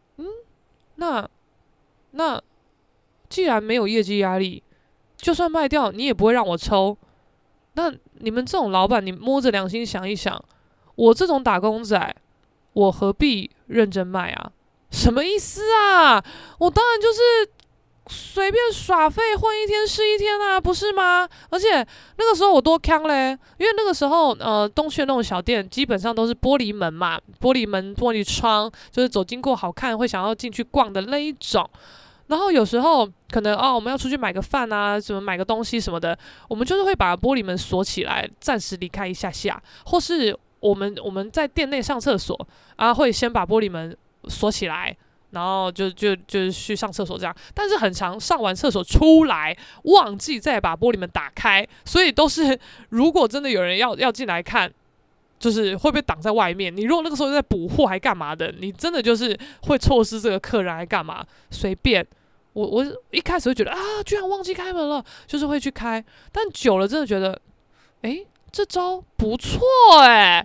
Speaker 1: 那既然没有业绩压力，就算卖掉你也不会让我抽。那你们这种老板，你摸着良心想一想，我这种打工仔，我何必认真卖啊？什么意思啊？我当然就是随便耍废混一天是一天啊，不是吗？而且那个时候我多坑嘞，因为那个时候东区的那种小店基本上都是玻璃门嘛，玻璃门玻璃窗，就是走经过好看会想要进去逛的那一种。然后有时候可能我们要出去买个饭啊，什么买个东西什么的，我们就是会把玻璃门锁起来，暂时离开一下下，或是我们在店内上厕所啊，会先把玻璃门锁起来，然后就是去上厕所这样。但是很常上完厕所出来，忘记再把玻璃门打开，所以都是如果真的有人要进来看，就是会被挡在外面。你如果那个时候在补货还干嘛的，你真的就是会错失这个客人还干嘛？随便。我一开始会觉得居然忘记开门了，就是会去开，但久了真的觉得，这招不错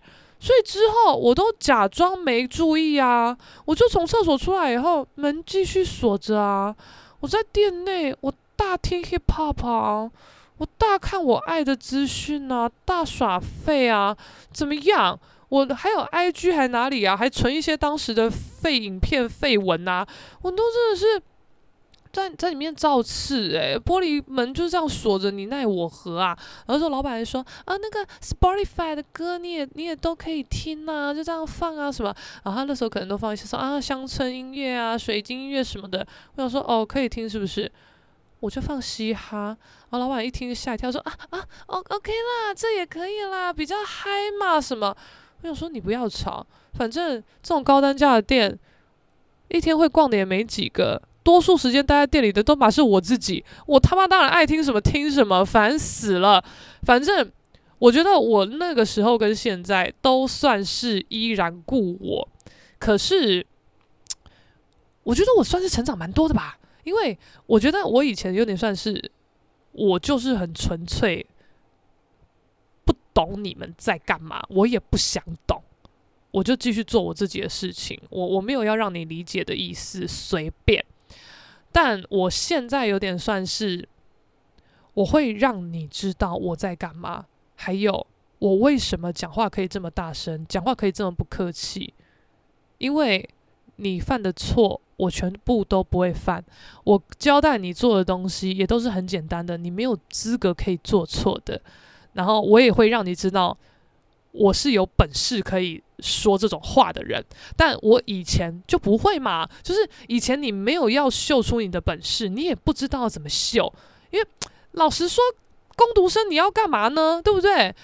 Speaker 1: 所以之后我都假装没注意啊，我就从厕所出来以后，门继续锁着啊。我在店内，我大听 hip hop 啊，我大看我爱的资讯啊，大耍废啊，怎么样？我还有 IG 还哪里啊？还存一些当时的废影片、废文啊，我都真的是在里面造次玻璃门就是这样锁着，你奈我何啊？然后说老板还说啊，那个 Spotify 的歌你也都可以听啊，就这样放啊什么。然后他那时候可能都放一些说啊乡村音乐啊、水晶音乐什么的。我想说哦可以听是不是？我就放嘻哈，然后老板一听就吓一跳，说OK 啦，这也可以啦，比较嗨嘛什么。我想说你不要吵，反正这种高单价的店，一天会逛的也没几个，多数时间待在店里的都嘛是我自己，我他妈当然爱听什么听什么，烦死了。反正我觉得我那个时候跟现在都算是依然故我，可是我觉得我算是成长蛮多的吧，因为我觉得我以前有点算是我就是很纯粹不懂你们在干嘛，我也不想懂，我就继续做我自己的事情，我没有要让你理解的意思，随便。但我现在有点算是，我会让你知道我在干嘛，还有我为什么讲话可以这么大声，讲话可以这么不客气，因为你犯的错我全部都不会犯，我交代你做的东西也都是很简单的，你没有资格可以做错的。然后我也会让你知道我是有本事可以说这种话的人，但我以前就不会嘛，就是以前你没有要秀出你的本事，你也不知道怎么秀，因为老实说工读生你要干嘛呢，对不对？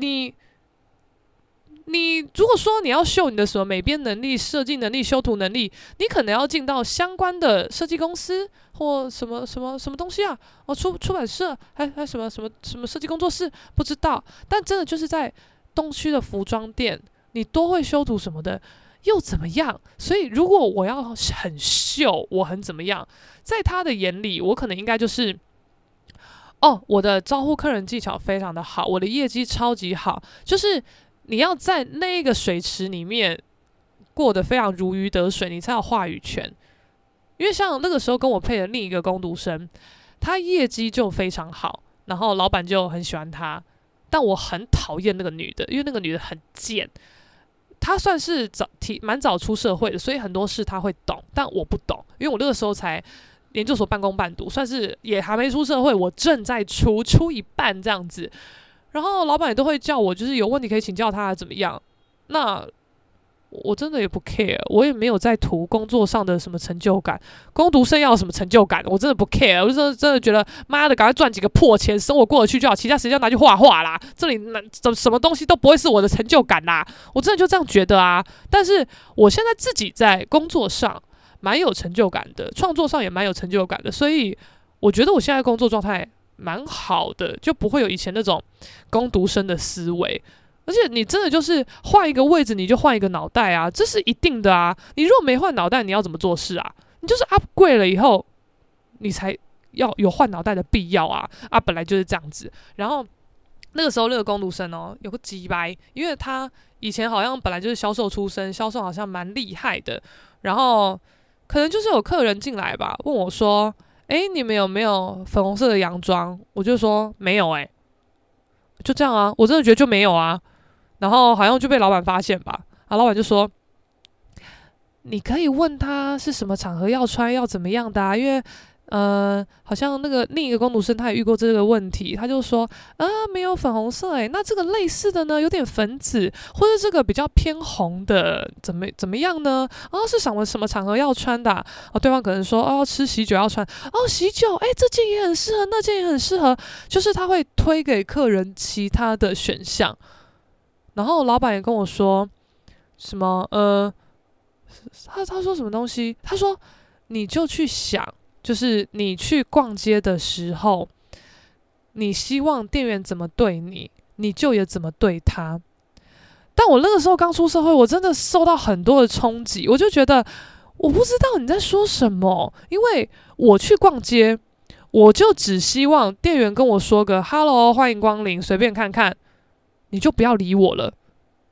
Speaker 1: 你如果说你要秀你的什么美编能力、设计能力、修图能力，你可能要进到相关的设计公司或什么东西啊，出版社，还什么设计工作室，不知道。但真的就是在东区的服装店，你多会修图什么的，又怎么样？所以如果我要很秀，我很怎么样，在他的眼里，我可能应该就是。我的招呼客人技巧非常的好，我的业绩超级好，就是你要在那个水池里面过得非常如鱼得水，你才有话语权。因为像那个时候跟我配的另一个工读生，他业绩就非常好，然后老板就很喜欢他，但我很讨厌那个女的，因为那个女的很贱。她算是蛮早出社会的，所以很多事她会懂，但我不懂，因为我那个时候才研究所半工半读，算是也还没出社会，我正在出一半这样子。然后老板也都会叫我，就是有问题可以请教他怎么样。那我真的也不 care， 我也没有在图工作上的什么成就感，工读生要有什么成就感，我真的不 care， 我就真的觉得妈的，赶快赚几个破钱，生活过得去就好，其他时间拿去画画啦，这里什么东西都不会是我的成就感啦，我真的就这样觉得啊。但是我现在自己在工作上蛮有成就感的，创作上也蛮有成就感的，所以我觉得我现在工作状态蛮好的，就不会有以前那种工读生的思维。而且你真的就是换一个位置，你就换一个脑袋啊，这是一定的啊。你如果没换脑袋，你要怎么做事啊？你就是 upgrade 了以后，你才要有换脑袋的必要啊！本来就是这样子。然后那个时候那个工读生有个鸡掰，因为他以前好像本来就是销售出身，销售好像蛮厉害的。然后可能就是有客人进来吧，问我说：“你们有没有粉红色的洋装？”我就说：“没有就这样啊，我真的觉得就没有啊。”然后好像就被老板发现吧，然后老板就说：“你可以问他是什么场合要穿，要怎么样的啊？因为好像那个另一个工读生他也遇过这个问题，他就说没有粉红色那这个类似的呢，有点粉紫，或者这个比较偏红的，怎么样呢？是什么场合要穿的啊？对方可能说吃喜酒要穿喜酒，这件也很适合，那件也很适合，就是他会推给客人其他的选项。”然后老板也跟我说什么他说什么东西？他说你就去想，就是你去逛街的时候，你希望店员怎么对你，你就也怎么对他。但我那个时候刚出社会，我真的受到很多的冲击，我就觉得我不知道你在说什么，因为我去逛街，我就只希望店员跟我说个 “hello， 欢迎光临，随便看看”。你就不要理我了，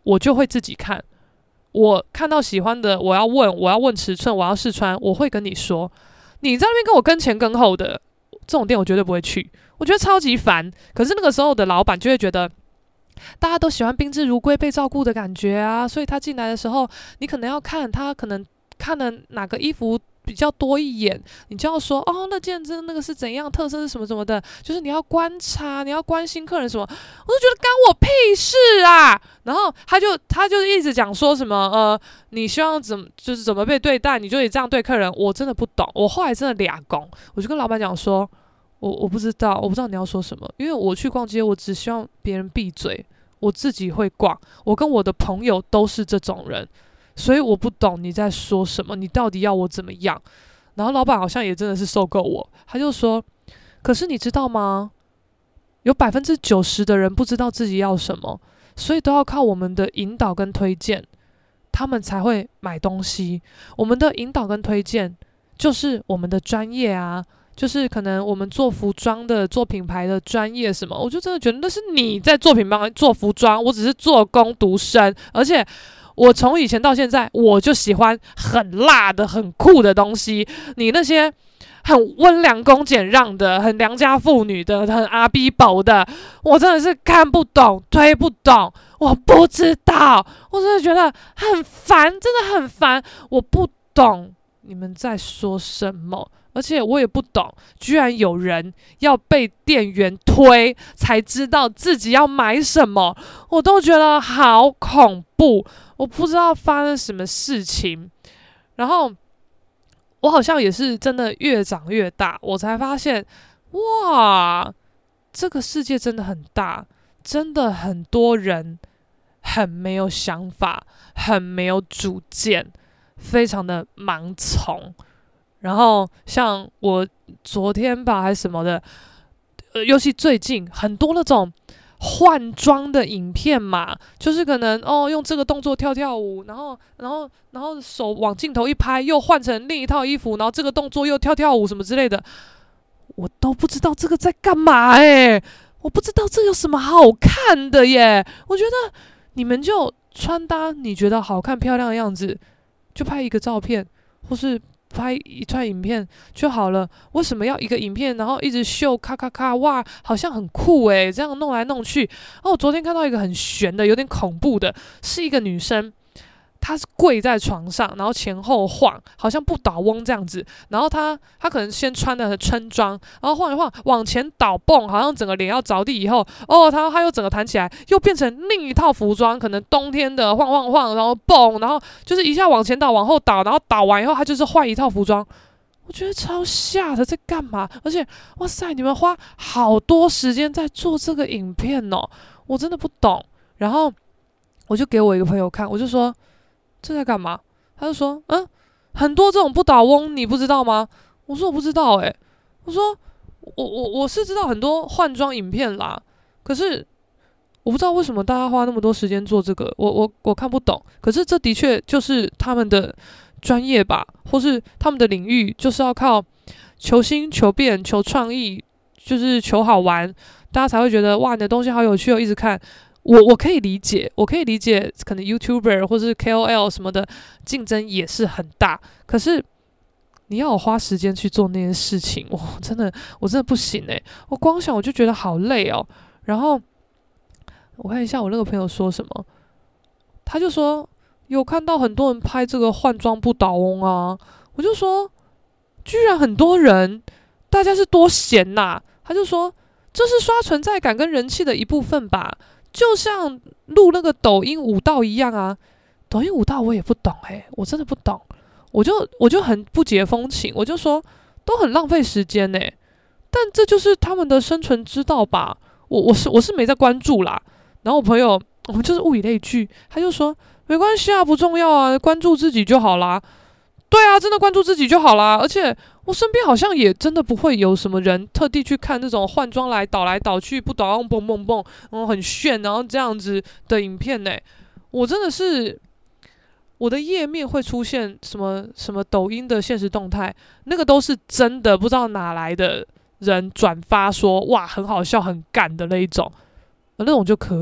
Speaker 1: 我就会自己看。我看到喜欢的，我要问尺寸，我要试穿，我会跟你说。你在那边跟我跟前跟后的，这种店我绝对不会去，我觉得超级烦。可是那个时候的老板就会觉得，大家都喜欢宾至如归、被照顾的感觉啊，所以他进来的时候，你可能要看他可能看了哪个衣服比较多一眼，你就要说哦，那件真那个是怎样，特色是什么什么的，就是你要观察，你要关心客人什么，我就觉得干我屁事啊！然后他就一直讲说什么你希望怎么被对待，你就得这样对客人，我真的不懂。我后来真的俩公，我就跟老板讲说，我不知道你要说什么，因为我去逛街，我只希望别人闭嘴，我自己会逛，我跟我的朋友都是这种人。所以我不懂你在说什么，你到底要我怎么样？然后老板好像也真的是受够我，他就说：“可是你知道吗？有90%的人不知道自己要什么，所以都要靠我们的引导跟推荐，他们才会买东西。我们的引导跟推荐就是我们的专业啊，就是可能我们做服装的、做品牌的专业什么，我就真的觉得那是你在做品牌、做服装，我只是做工读生，而且。”我从以前到现在，我就喜欢很辣的、很酷的东西。你那些很温良恭俭让的、很良家妇女的、很阿逼宝的，我真的是看不懂、推不懂。我不知道，我真的觉得很烦，真的很烦。我不懂你们在说什么。而且我也不懂，居然有人要被店员推才知道自己要买什么，我都觉得好恐怖。我不知道发生什么事情，然后我好像也是真的越长越大，我才发现，哇，这个世界真的很大，真的很多人很没有想法，很没有主见，非常的盲从。然后像我昨天吧还是什么的，尤其最近很多那种换装的影片嘛，就是可能用这个动作跳舞，然后手往镜头一拍，又换成另一套衣服，然后这个动作又跳舞什么之类的，我都不知道这个在干嘛我不知道这有什么好看的耶。我觉得你们就穿搭你觉得好看漂亮的样子，就拍一个照片，或是拍一段影片就好了，为什么要一个影片然后一直秀咔咔咔，哇好像很酷这样弄来弄去。我昨天看到一个很悬的有点恐怖的，是一个女生，她是跪在床上，然后前后晃，好像不倒翁这样子，然后她可能先穿的春装，然后晃一晃往前倒蹦，好像整个脸要着地以后，她又整个弹起来，又变成另一套服装，可能冬天的晃晃晃，然后蹦，然后就是一下往前倒往后倒，然后倒完以后她就是换一套服装。我觉得超吓的，在干嘛？而且哇塞，你们花好多时间在做这个影片我真的不懂。然后我就给我一个朋友看，我就说这在干嘛？他就说很多这种不倒翁你不知道吗？我说我不知道我说我是知道很多换装影片啦，可是我不知道为什么大家花那么多时间做这个，我看不懂。可是这的确就是他们的专业吧，或是他们的领域，就是要靠求新求变求创意，就是求好玩，大家才会觉得哇你的东西好有趣一直看。我可以理解，可能 YouTuber 或是 KOL 什么的竞争也是很大，可是你要我花时间去做那些事情，我真的不行我光想我就觉得好累然后我看一下我那个朋友说什么，他就说有看到很多人拍这个换装不倒翁啊，我就说居然很多人，大家是多闲他就说这是刷存在感跟人气的一部分吧，就像录那个抖音舞蹈一样啊。抖音舞蹈我也不懂我真的不懂，我就很不解风情，我就说都很浪费时间但这就是他们的生存之道吧。我是没在关注啦。然后我朋友我们就是物以类聚，他就说没关系不重要啊，关注自己就好啦。对啊，真的关注自己就好啦。而且我身边好像也真的不会有什么人特地去看那种换装来倒去不倒翁蹦蹦蹦，然后很炫，然后这样子的影片我真的是我的页面会出现什么抖音的限时动态，那个都是真的不知道哪来的人转发说哇很好笑很干的那一种，那种就可以。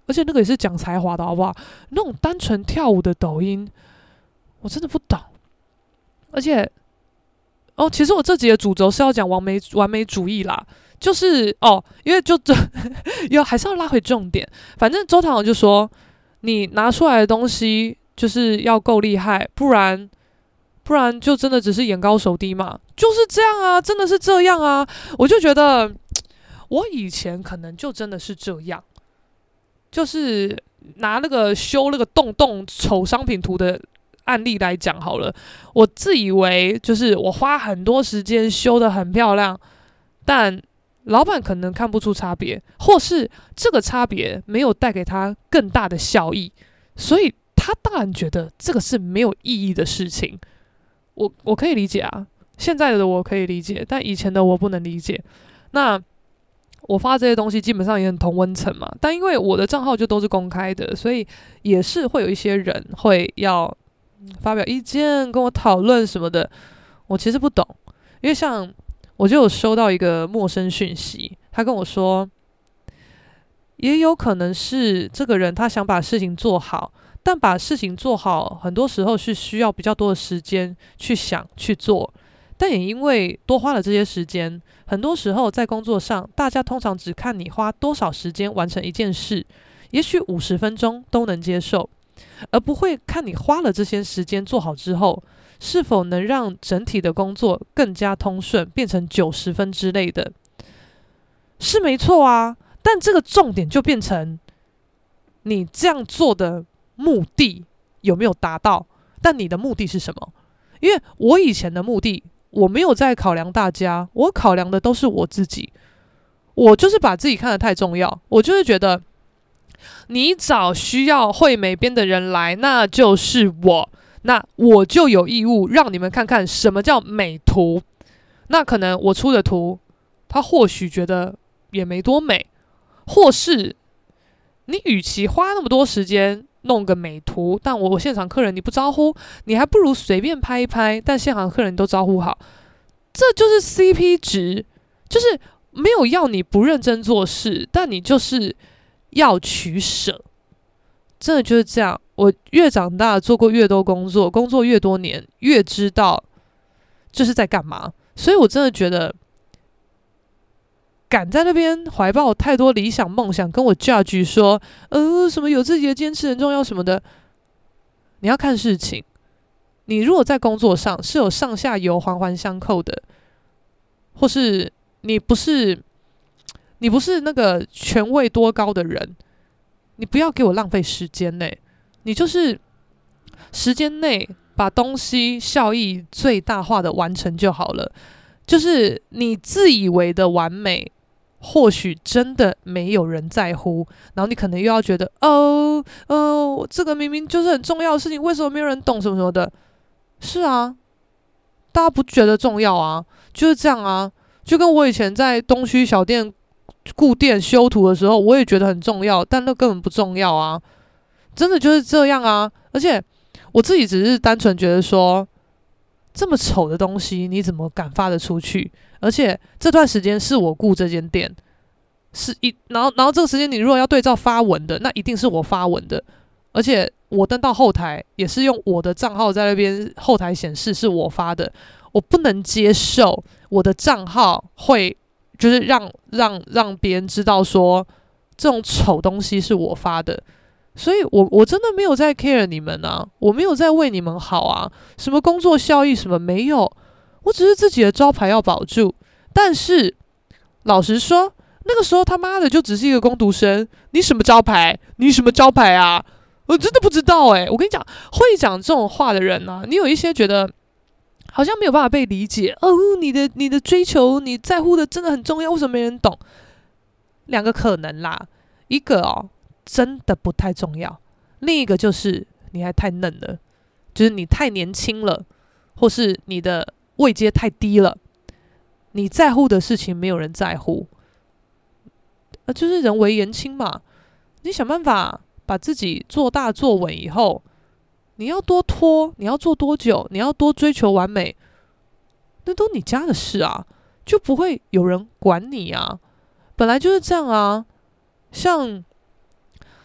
Speaker 1: 而且那个也是讲才华的好不好？那种单纯跳舞的抖音，我真的不懂。而且其实我这集的主轴是要讲完美主义啦，就是因为就还是要拉回重点。反正周唐就说，你拿出来的东西就是要够厉害，不然就真的只是眼高手低嘛，就是这样啊，真的是这样啊。我就觉得我以前可能就真的是这样，就是拿那个修那个洞丑商品图的案例来讲好了，我自以为就是我花很多时间修得很漂亮，但老板可能看不出差别，或是这个差别没有带给他更大的效益，所以他当然觉得这个是没有意义的事情。我可以理解啊，现在的我可以理解，但以前的我不能理解。那我发这些东西基本上也很同温层嘛，但因为我的账号就都是公开的，所以也是会有一些人会要发表意见跟我讨论什么的，我其实不懂。因为像我就有收到一个陌生讯息，他跟我说也有可能是这个人他想把事情做好，但把事情做好很多时候是需要比较多的时间去想去做，但也因为多花了这些时间，很多时候在工作上大家通常只看你花多少时间完成一件事，也许50分钟都能接受，而不会看你花了这些时间做好之后是否能让整体的工作更加通顺，变成90分之类的。是没错啊，但这个重点就变成你这样做的目的有没有达到，但你的目的是什么？因为我以前的目的我没有在考量大家，我考量的都是我自己。我就是把自己看得太重要，我就是觉得你找需要会美编的人来，那就是我，那我就有义务让你们看看什么叫美图。那可能我出的图他或许觉得也没多美，或是你与其花那么多时间弄个美图，但我现场客人你不招呼，你还不如随便拍一拍，但现场客人都招呼好，这就是 CP 值。就是没有要你不认真做事，但你就是要取舍，真的就是这样。我越长大做过越多工作，工作越多年，越知道这是在干嘛。所以我真的觉得敢在那边怀抱太多理想梦想，跟我 judge 说什么有自己的坚持很重要什么的，你要看事情。你如果在工作上是有上下游环环相扣的，或是你不是那个权位多高的人，你不要给我浪费时间内，你就是时间内把东西效益最大化的完成就好了。就是你自以为的完美，或许真的没有人在乎，然后你可能又要觉得这个明明就是很重要的事情，为什么没有人懂什么什么的。是啊，大家不觉得重要啊，就是这样啊。就跟我以前在东区小店顾店修图的时候，我也觉得很重要，但那根本不重要啊，真的就是这样啊。而且我自己只是单纯觉得说，这么丑的东西你怎么敢发得出去？而且这段时间是我顾这间店，然后这个时间你如果要对照发文的，那一定是我发文的，而且我登到后台也是用我的账号在那边后台显示是我发的。我不能接受我的账号会就是让别人知道说这种丑东西是我发的。所以我真的没有在 care 你们啊，我没有在为你们好啊，什么工作效益什么没有，我只是自己的招牌要保住。但是老实说，那个时候他妈的就只是一个工读生，你什么招牌？你什么招牌啊？我真的不知道我跟你讲，会讲这种话的人啊，你有一些觉得好像没有办法被理解你的追求你在乎的真的很重要，为什么没人懂？两个可能啦，一个真的不太重要，另一个就是你还太嫩了，就是你太年轻了，或是你的位阶太低了，你在乎的事情没有人在乎，就是人为言轻嘛。你想办法把自己做大做稳以后，你要多拖，你要做多久，你要多追求完美，那都你家的事啊，就不会有人管你啊。本来就是这样啊。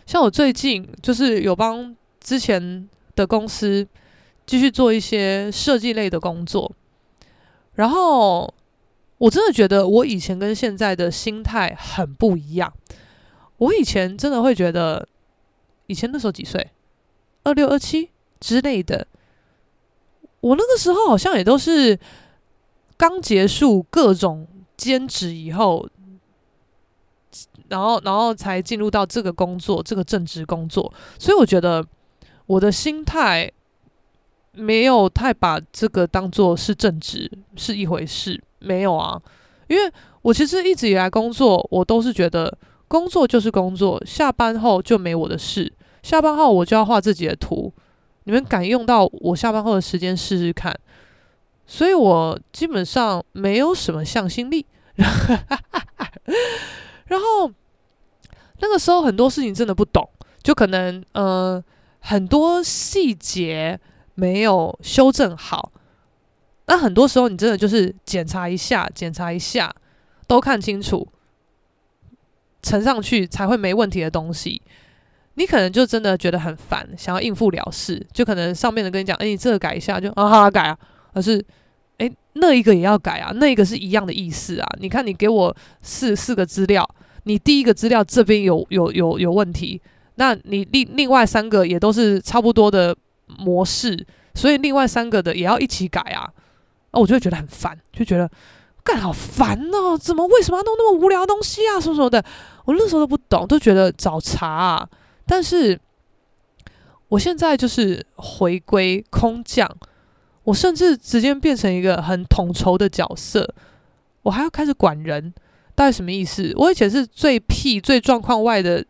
Speaker 1: 像我最近就是有帮之前的公司继续做一些设计类的工作，然后我真的觉得我以前跟现在的心态很不一样。我以前真的会觉得，以前那时候几岁，26、27之类的，我那个时候好像也都是刚结束各种兼职以后，然后才进入到这个工作，这个正职工作，所以我觉得我的心态没有太把这个当做是正职是一回事，没有啊，因为我其实一直以来工作，我都是觉得工作就是工作，下班后就没我的事，下班后我就要画自己的图，你们敢用到我下班后的时间试试看，所以我基本上没有什么向心力。然后那个时候很多事情真的不懂，就可能很多细节没有修正好，那很多时候你真的就是检查一下都看清楚，呈上去才会没问题的东西，你可能就真的觉得很烦，想要应付了事，就可能上面的跟你讲，你这个改一下，就好改啊，而是那一个也要改啊，那一个是一样的意思啊。你看你给我四个资料，你第一个资料这边有问题，那你另外3个也都是差不多的模式，所以另外3个的也要一起改啊。我就会觉得很烦，就觉得干好烦哦，为什么要弄那么无聊的东西啊，什么的，我那时候都不懂，都觉得找茬啊。但是我现在就是回归空降，我甚至直接变成一个很统筹的角色，我还要开始管人，到底什么意思？我以前是最屁、最状况外的，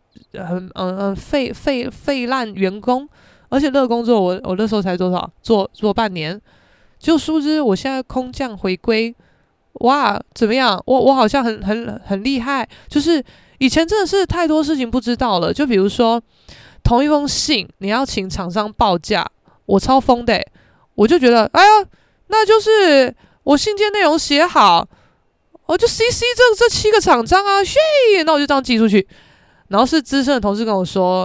Speaker 1: 废烂员工，而且那个工作我那时候才多少，做半年，就殊不知我现在空降回归，哇，怎么样？我好像很厉害，就是以前真的是太多事情不知道了，就比如说同一封信，你要请厂商报价，我超疯的我就觉得，哎呀，那就是我信件内容写好，我就 CC 这7个厂商啊，那我就这样寄出去。然后是资深的同事跟我说，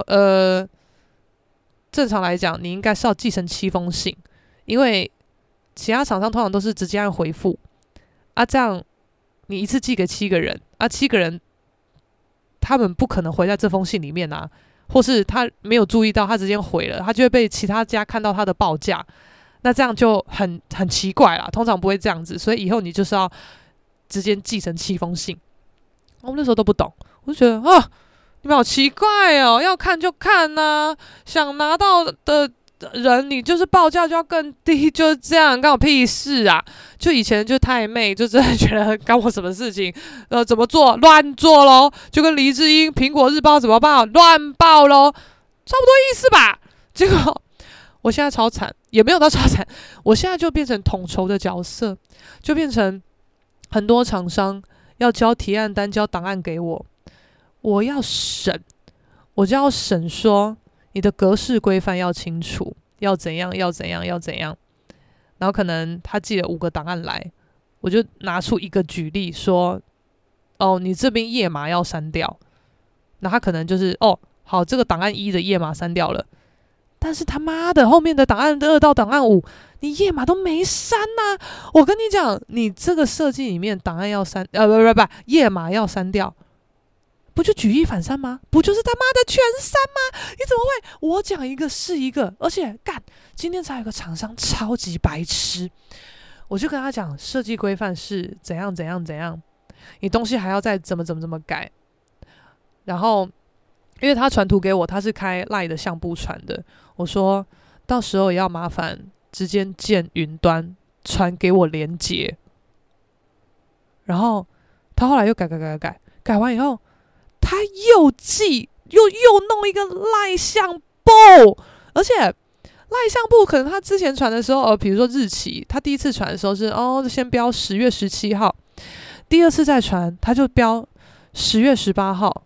Speaker 1: 正常来讲，你应该是要寄成7封信，因为其他厂商通常都是直接按回复啊，这样你一次寄给7个人啊，7个人他们不可能回在这封信里面啊，或是他没有注意到，他直接回了，他就会被其他家看到他的报价。那这样就很奇怪啦，通常不会这样子，所以以后你就是要直接寄成7封信。我那时候都不懂，我就觉得啊，你们好奇怪哦，要看就看啊，想拿到的人你就是报价就要更低，就是这样，干我屁事啊！就以前就太妹，就真的觉得干我什么事情，怎么做乱做咯，就跟黎智英苹果日报怎么报乱报咯，差不多意思吧。结果我现在超惨，也没有到超惨，我现在就变成统筹的角色，就变成很多厂商要交提案单、交档案给我，我要审，我就要审说你的格式规范要清楚，要怎样，然后可能他寄了5个档案来，我就拿出一个举例说，你这边页码要删掉，那他可能就是好，这个档案1的页码删掉了。但是他妈的后面的档案2到档案5，你页码都没删啊！我跟你讲，你这个设计里面档案要删，不，页码要删掉，不就举一反三吗？不就是他妈的全删吗？你怎么会？我讲一个是一个，而且今天才有个厂商超级白痴，我就跟他讲设计规范是怎样，你东西还要再怎么改，然后。因为他传图给我，他是开 LINE 的相簿传的。我说到时候也要麻烦直接建云端传给我连结。然后他后来又改完以后，他又寄又弄一个 LINE 相簿，而且 LINE 相簿可能他之前传的时候，比如说日期，他第一次传的时候是先标10月17号，第二次再传他就标10月18号。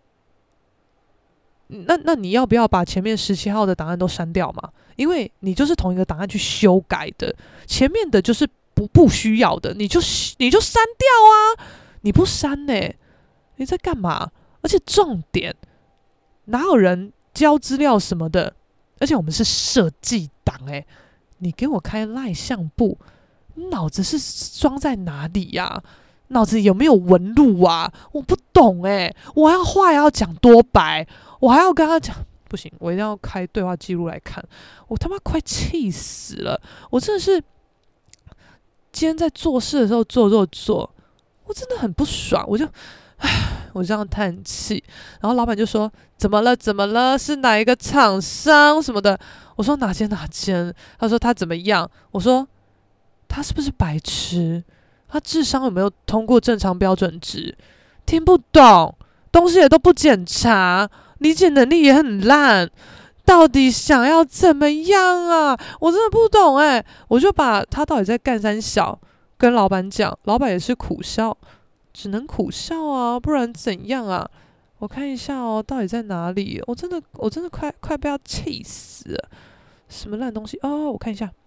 Speaker 1: 那你要不要把前面17号的档案都删掉嘛？因为你就是同一个档案去修改的，前面的就是不需要的，你就删掉啊！你不删你在干嘛？而且重点， 哪有人交资料什么的？而且我们是设计档你给我开赖相簿，脑子是装在哪里呀？脑子有没有纹路啊？我不懂我要话要讲多白，我还要跟他讲，不行，我一定要开对话记录来看。我他妈快气死了！我真的是今天在做事的时候做，我真的很不爽，我这样叹气。然后老板就说：“怎么了？怎么了？是哪一个厂商什么的？”我说：“哪间？”他说：“他怎么样？”我说：“他是不是白痴？他智商有没有通过正常标准值？听不懂，东西也都不检查，理解能力也很烂，到底想要怎么样啊？我真的不懂我就把他到底在干三小跟老板讲，老板也是苦笑，只能苦笑啊，不然怎样啊？我看一下到底在哪里？我真的快被他气死了！什么烂东西我看一下。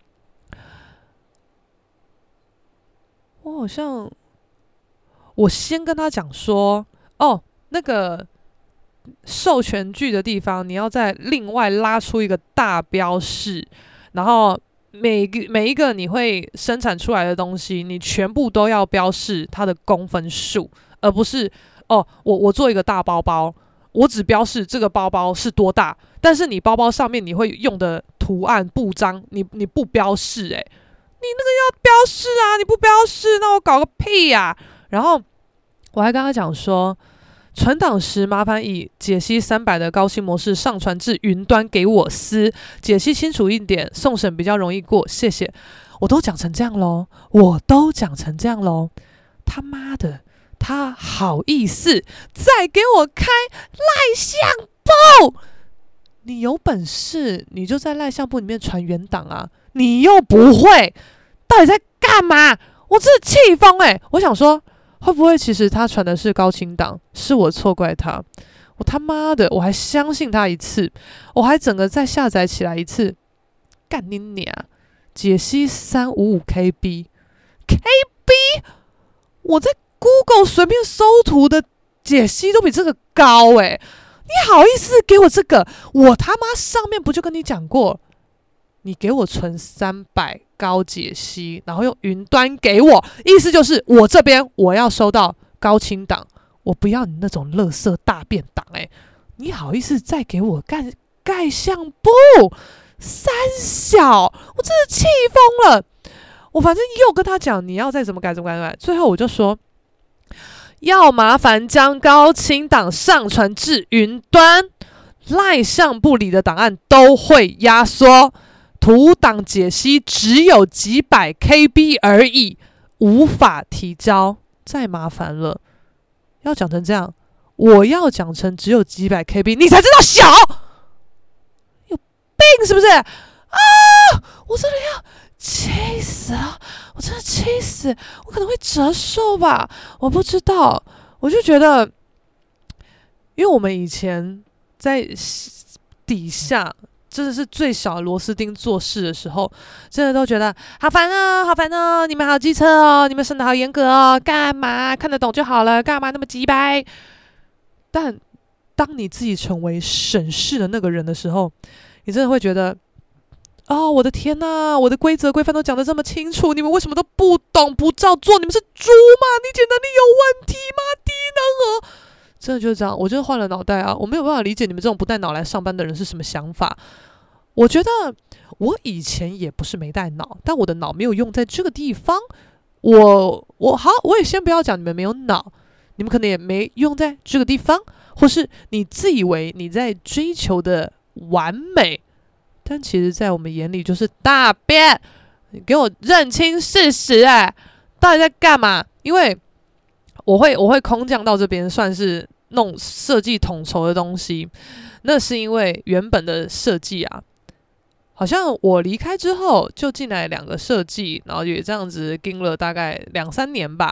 Speaker 1: 我先跟他讲说，那个授权据的地方，你要再另外拉出一个大标示，然后每一个你会生产出来的东西，你全部都要标示它的公分数，而不是我做一个大包包，我只标示这个包包是多大，但是你包包上面你会用的图案布章，你不标示你那个要标示啊，你不标示，那我搞个屁呀！然后我还跟他讲说，存档时麻烦以解析300的高清模式上传至云端给我撕，解析清楚一点，送审比较容易过，谢谢。我都讲成这样咯，他妈的，他好意思再给我开赖相簿？你有本事你就在赖相簿里面传原档啊，你又不会，到底在干嘛？我真的气疯我想说，会不会其实他传的是高清档，是我错怪他？我他妈的，我还相信他一次，我还整个再下载起来一次，干你娘！解析355KB，我在 Google 随便搜图的解析都比这个高你好意思给我这个？我他妈上面不就跟你讲过，你给我存300高解析，然后用云端给我，意思就是我这边我要收到高清档，我不要你那种垃圾大便档你好意思再给我盖相簿？三小，我真的气疯了！我反正又跟他讲你要再怎么改，最后我就说，要麻烦将高清档上传至云端，赖相簿里的档案都会压缩，图档解析只有几百 KB 而已，无法提交，再麻烦了。要讲成这样，我要讲成只有几百 KB， 你才知道小，有病是不是啊？我真的要气死了，我真的气死，我可能会折寿吧，我不知道。我就觉得，因为我们以前在底下真的是最小的螺丝钉做事的时候，真的都觉得好烦哦，你们好机车哦，你们审的好严格哦，干嘛看得懂就好了，干嘛那么鸡掰？但当你自己成为审视的那个人的时候，你真的会觉得，我的天哪，我的规则规范都讲得这么清楚，你们为什么都不懂不照做？你们是猪吗？理解能力有问题吗？低能儿！真的就是这样，我真的换了脑袋啊！我没有办法理解你们这种不带脑来上班的人是什么想法。我觉得我以前也不是没带脑，但我的脑没有用在这个地方。我也先不要讲你们没有脑，你们可能也没用在这个地方，或是你自以为你在追求的完美，但其实在我们眼里就是大便。你给我认清事实到底在干嘛？因为我会空降到这边，算是弄设计统筹的东西。那是因为原本的设计好像我离开之后就进来2个设计，然后也这样子跟了大概2-3年吧。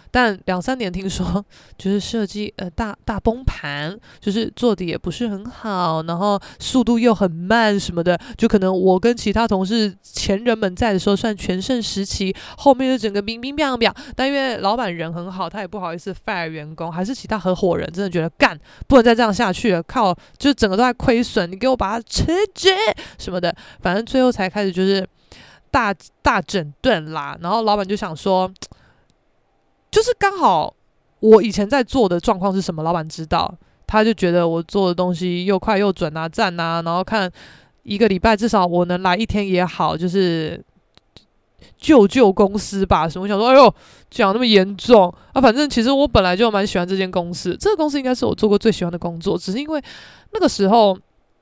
Speaker 1: 但2-3年听说就是设计大崩盘，就是做的也不是很好，然后速度又很慢什么的，就可能我跟其他同事前人们在的时候算全盛时期，后面就整个冰冰冰冰，但因为老板人很好，他也不好意思 fire 员工，还是其他合伙人真的觉得干不能再这样下去了，靠，就整个都在亏损，你给我把它辞职什么的，反正最后才开始就是大整顿啦。然后老板就想说，就是刚好我以前在做的状况是什么，老板知道，他就觉得我做的东西又快又准啊，赞啊，然后看1个礼拜至少我能来1天也好，就是救公司吧什么。我想说，哎呦，讲那么严重啊！反正其实我本来就蛮喜欢这间公司，这个公司应该是我做过最喜欢的工作，只是因为那个时候，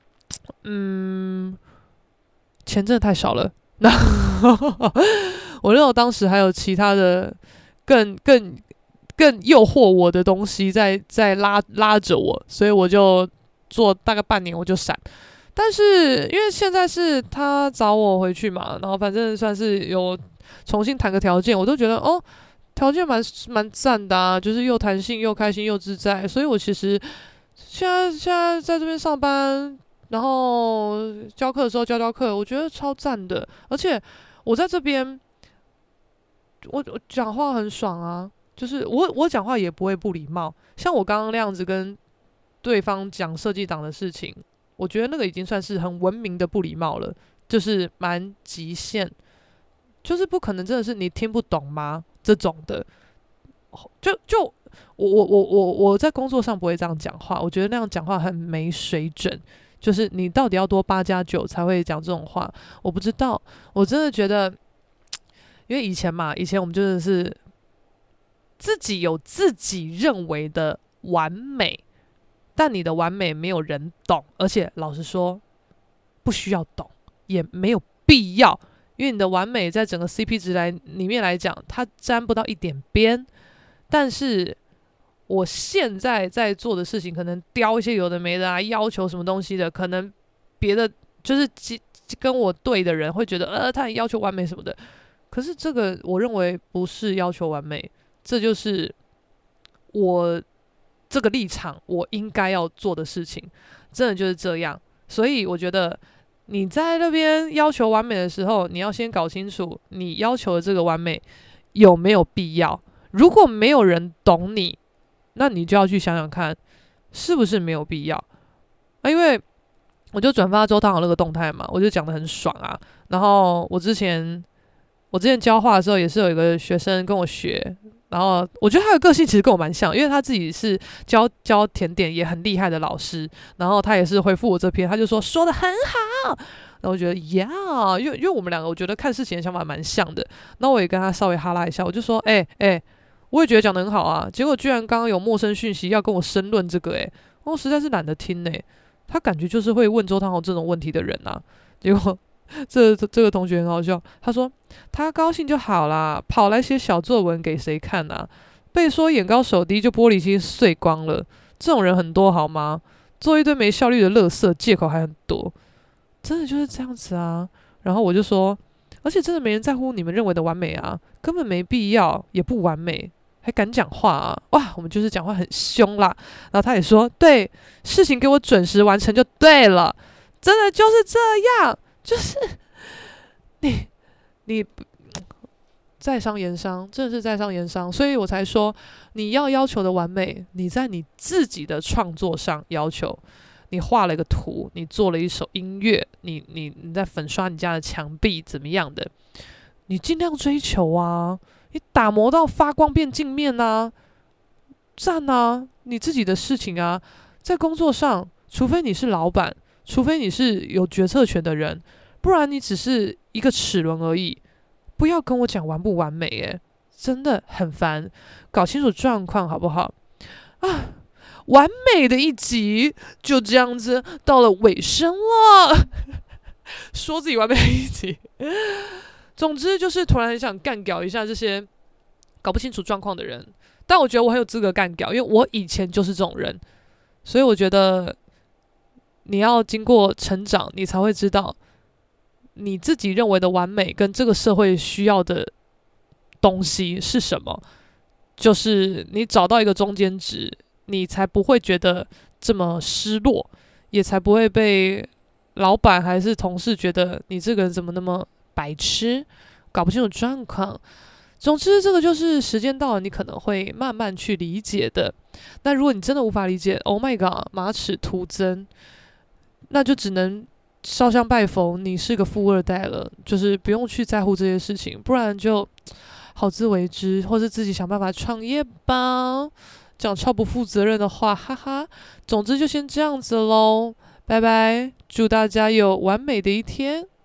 Speaker 1: 钱真的太少了。那我认为当时还有其他的更诱惑我的东西在拉着我，所以我就做大概半年我就闪。但是因为现在是他找我回去嘛，然后反正算是有重新谈个条件，我都觉得条件蛮赞的啊，就是又弹性又开心又自在，所以我其实现在在这边上班，然后教课的时候教课，我觉得超赞的，而且我在这边我讲话很爽啊，就是我讲话也不会不礼貌，像我刚刚那样子跟对方讲设计档的事情，我觉得那个已经算是很文明的不礼貌了，就是蛮极限，就是不可能真的是你听不懂吗这种的。就我在工作上不会这样讲话，我觉得那样讲话很没水准，就是你到底要多8+9才会讲这种话，我不知道，我真的觉得，因为以前我们真的是自己有自己认为的完美，但你的完美没有人懂，而且老实说不需要懂，也没有必要，因为你的完美在整个 CP 值里面来讲，它沾不到一点边。但是我现在在做的事情，可能雕一些有的没的啊，要求什么东西的，可能别的就是跟我对的人会觉得他很要求完美什么的，可是这个我认为不是要求完美，这就是我这个立场我应该要做的事情，真的就是这样。所以我觉得你在那边要求完美的时候，你要先搞清楚你要求的这个完美有没有必要。如果没有人懂你，那你就要去想想看是不是没有必要因为我就转发周汤豪那个动态嘛，我就讲得很爽啊。然后我之前教画的时候，也是有一个学生跟我学，然后我觉得他的个性其实跟我蛮像，因为他自己是教甜点也很厉害的老师，然后他也是回复我这篇，他就说得很好。然后我觉得因为我们两个我觉得看事情的想法蛮像的，那我也跟他稍微哈拉一下，我就说我也觉得讲得很好啊，结果居然刚刚有陌生讯息要跟我申论这个我实在是懒得听他感觉就是会问周汤豪这种问题的人啊。结果这个同学很好笑，他说他高兴就好啦，跑来写小作文给谁看啊？被说眼高手低就玻璃心碎光了，这种人很多好吗？做一堆没效率的垃圾，借口还很多，真的就是这样子啊。然后我就说，而且真的没人在乎你们认为的完美啊，根本没必要，也不完美。还敢讲话啊？哇，我们就是讲话很凶啦。然后他也说，对，事情给我准时完成就对了，真的就是这样，就是你在商言商，真的是在商言商，所以我才说你要求的完美，你在你自己的创作上要求。你画了一个图，你做了一首音乐，你在粉刷你家的墙壁怎么样的，你尽量追求啊。你打磨到发光变镜面啊，赞啊！你自己的事情啊，在工作上，除非你是老板，除非你是有决策权的人，不然你只是一个齿轮而已。不要跟我讲完不完美真的很烦，搞清楚状况好不好啊？完美的一集就这样子到了尾声了，说自己完美的一集。总之就是突然很想干掉一下这些搞不清楚状况的人，但我觉得我很有资格干掉，因为我以前就是这种人，所以我觉得你要经过成长，你才会知道你自己认为的完美跟这个社会需要的东西是什么。 就是你找到一个中间值，你才不会觉得这么失落，也才不会被老板还是同事觉得你这个人怎么那么白痴，搞不清楚状况。总之，这个就是时间到了，你可能会慢慢去理解的。那如果你真的无法理解 ，Oh my god，马齿徒增，那就只能烧香拜佛，你是个富二代了，就是不用去在乎这些事情，不然就好自为之，或是自己想办法创业吧。讲超不负责任的话，哈哈。总之就先这样子喽，拜拜，祝大家有完美的一天。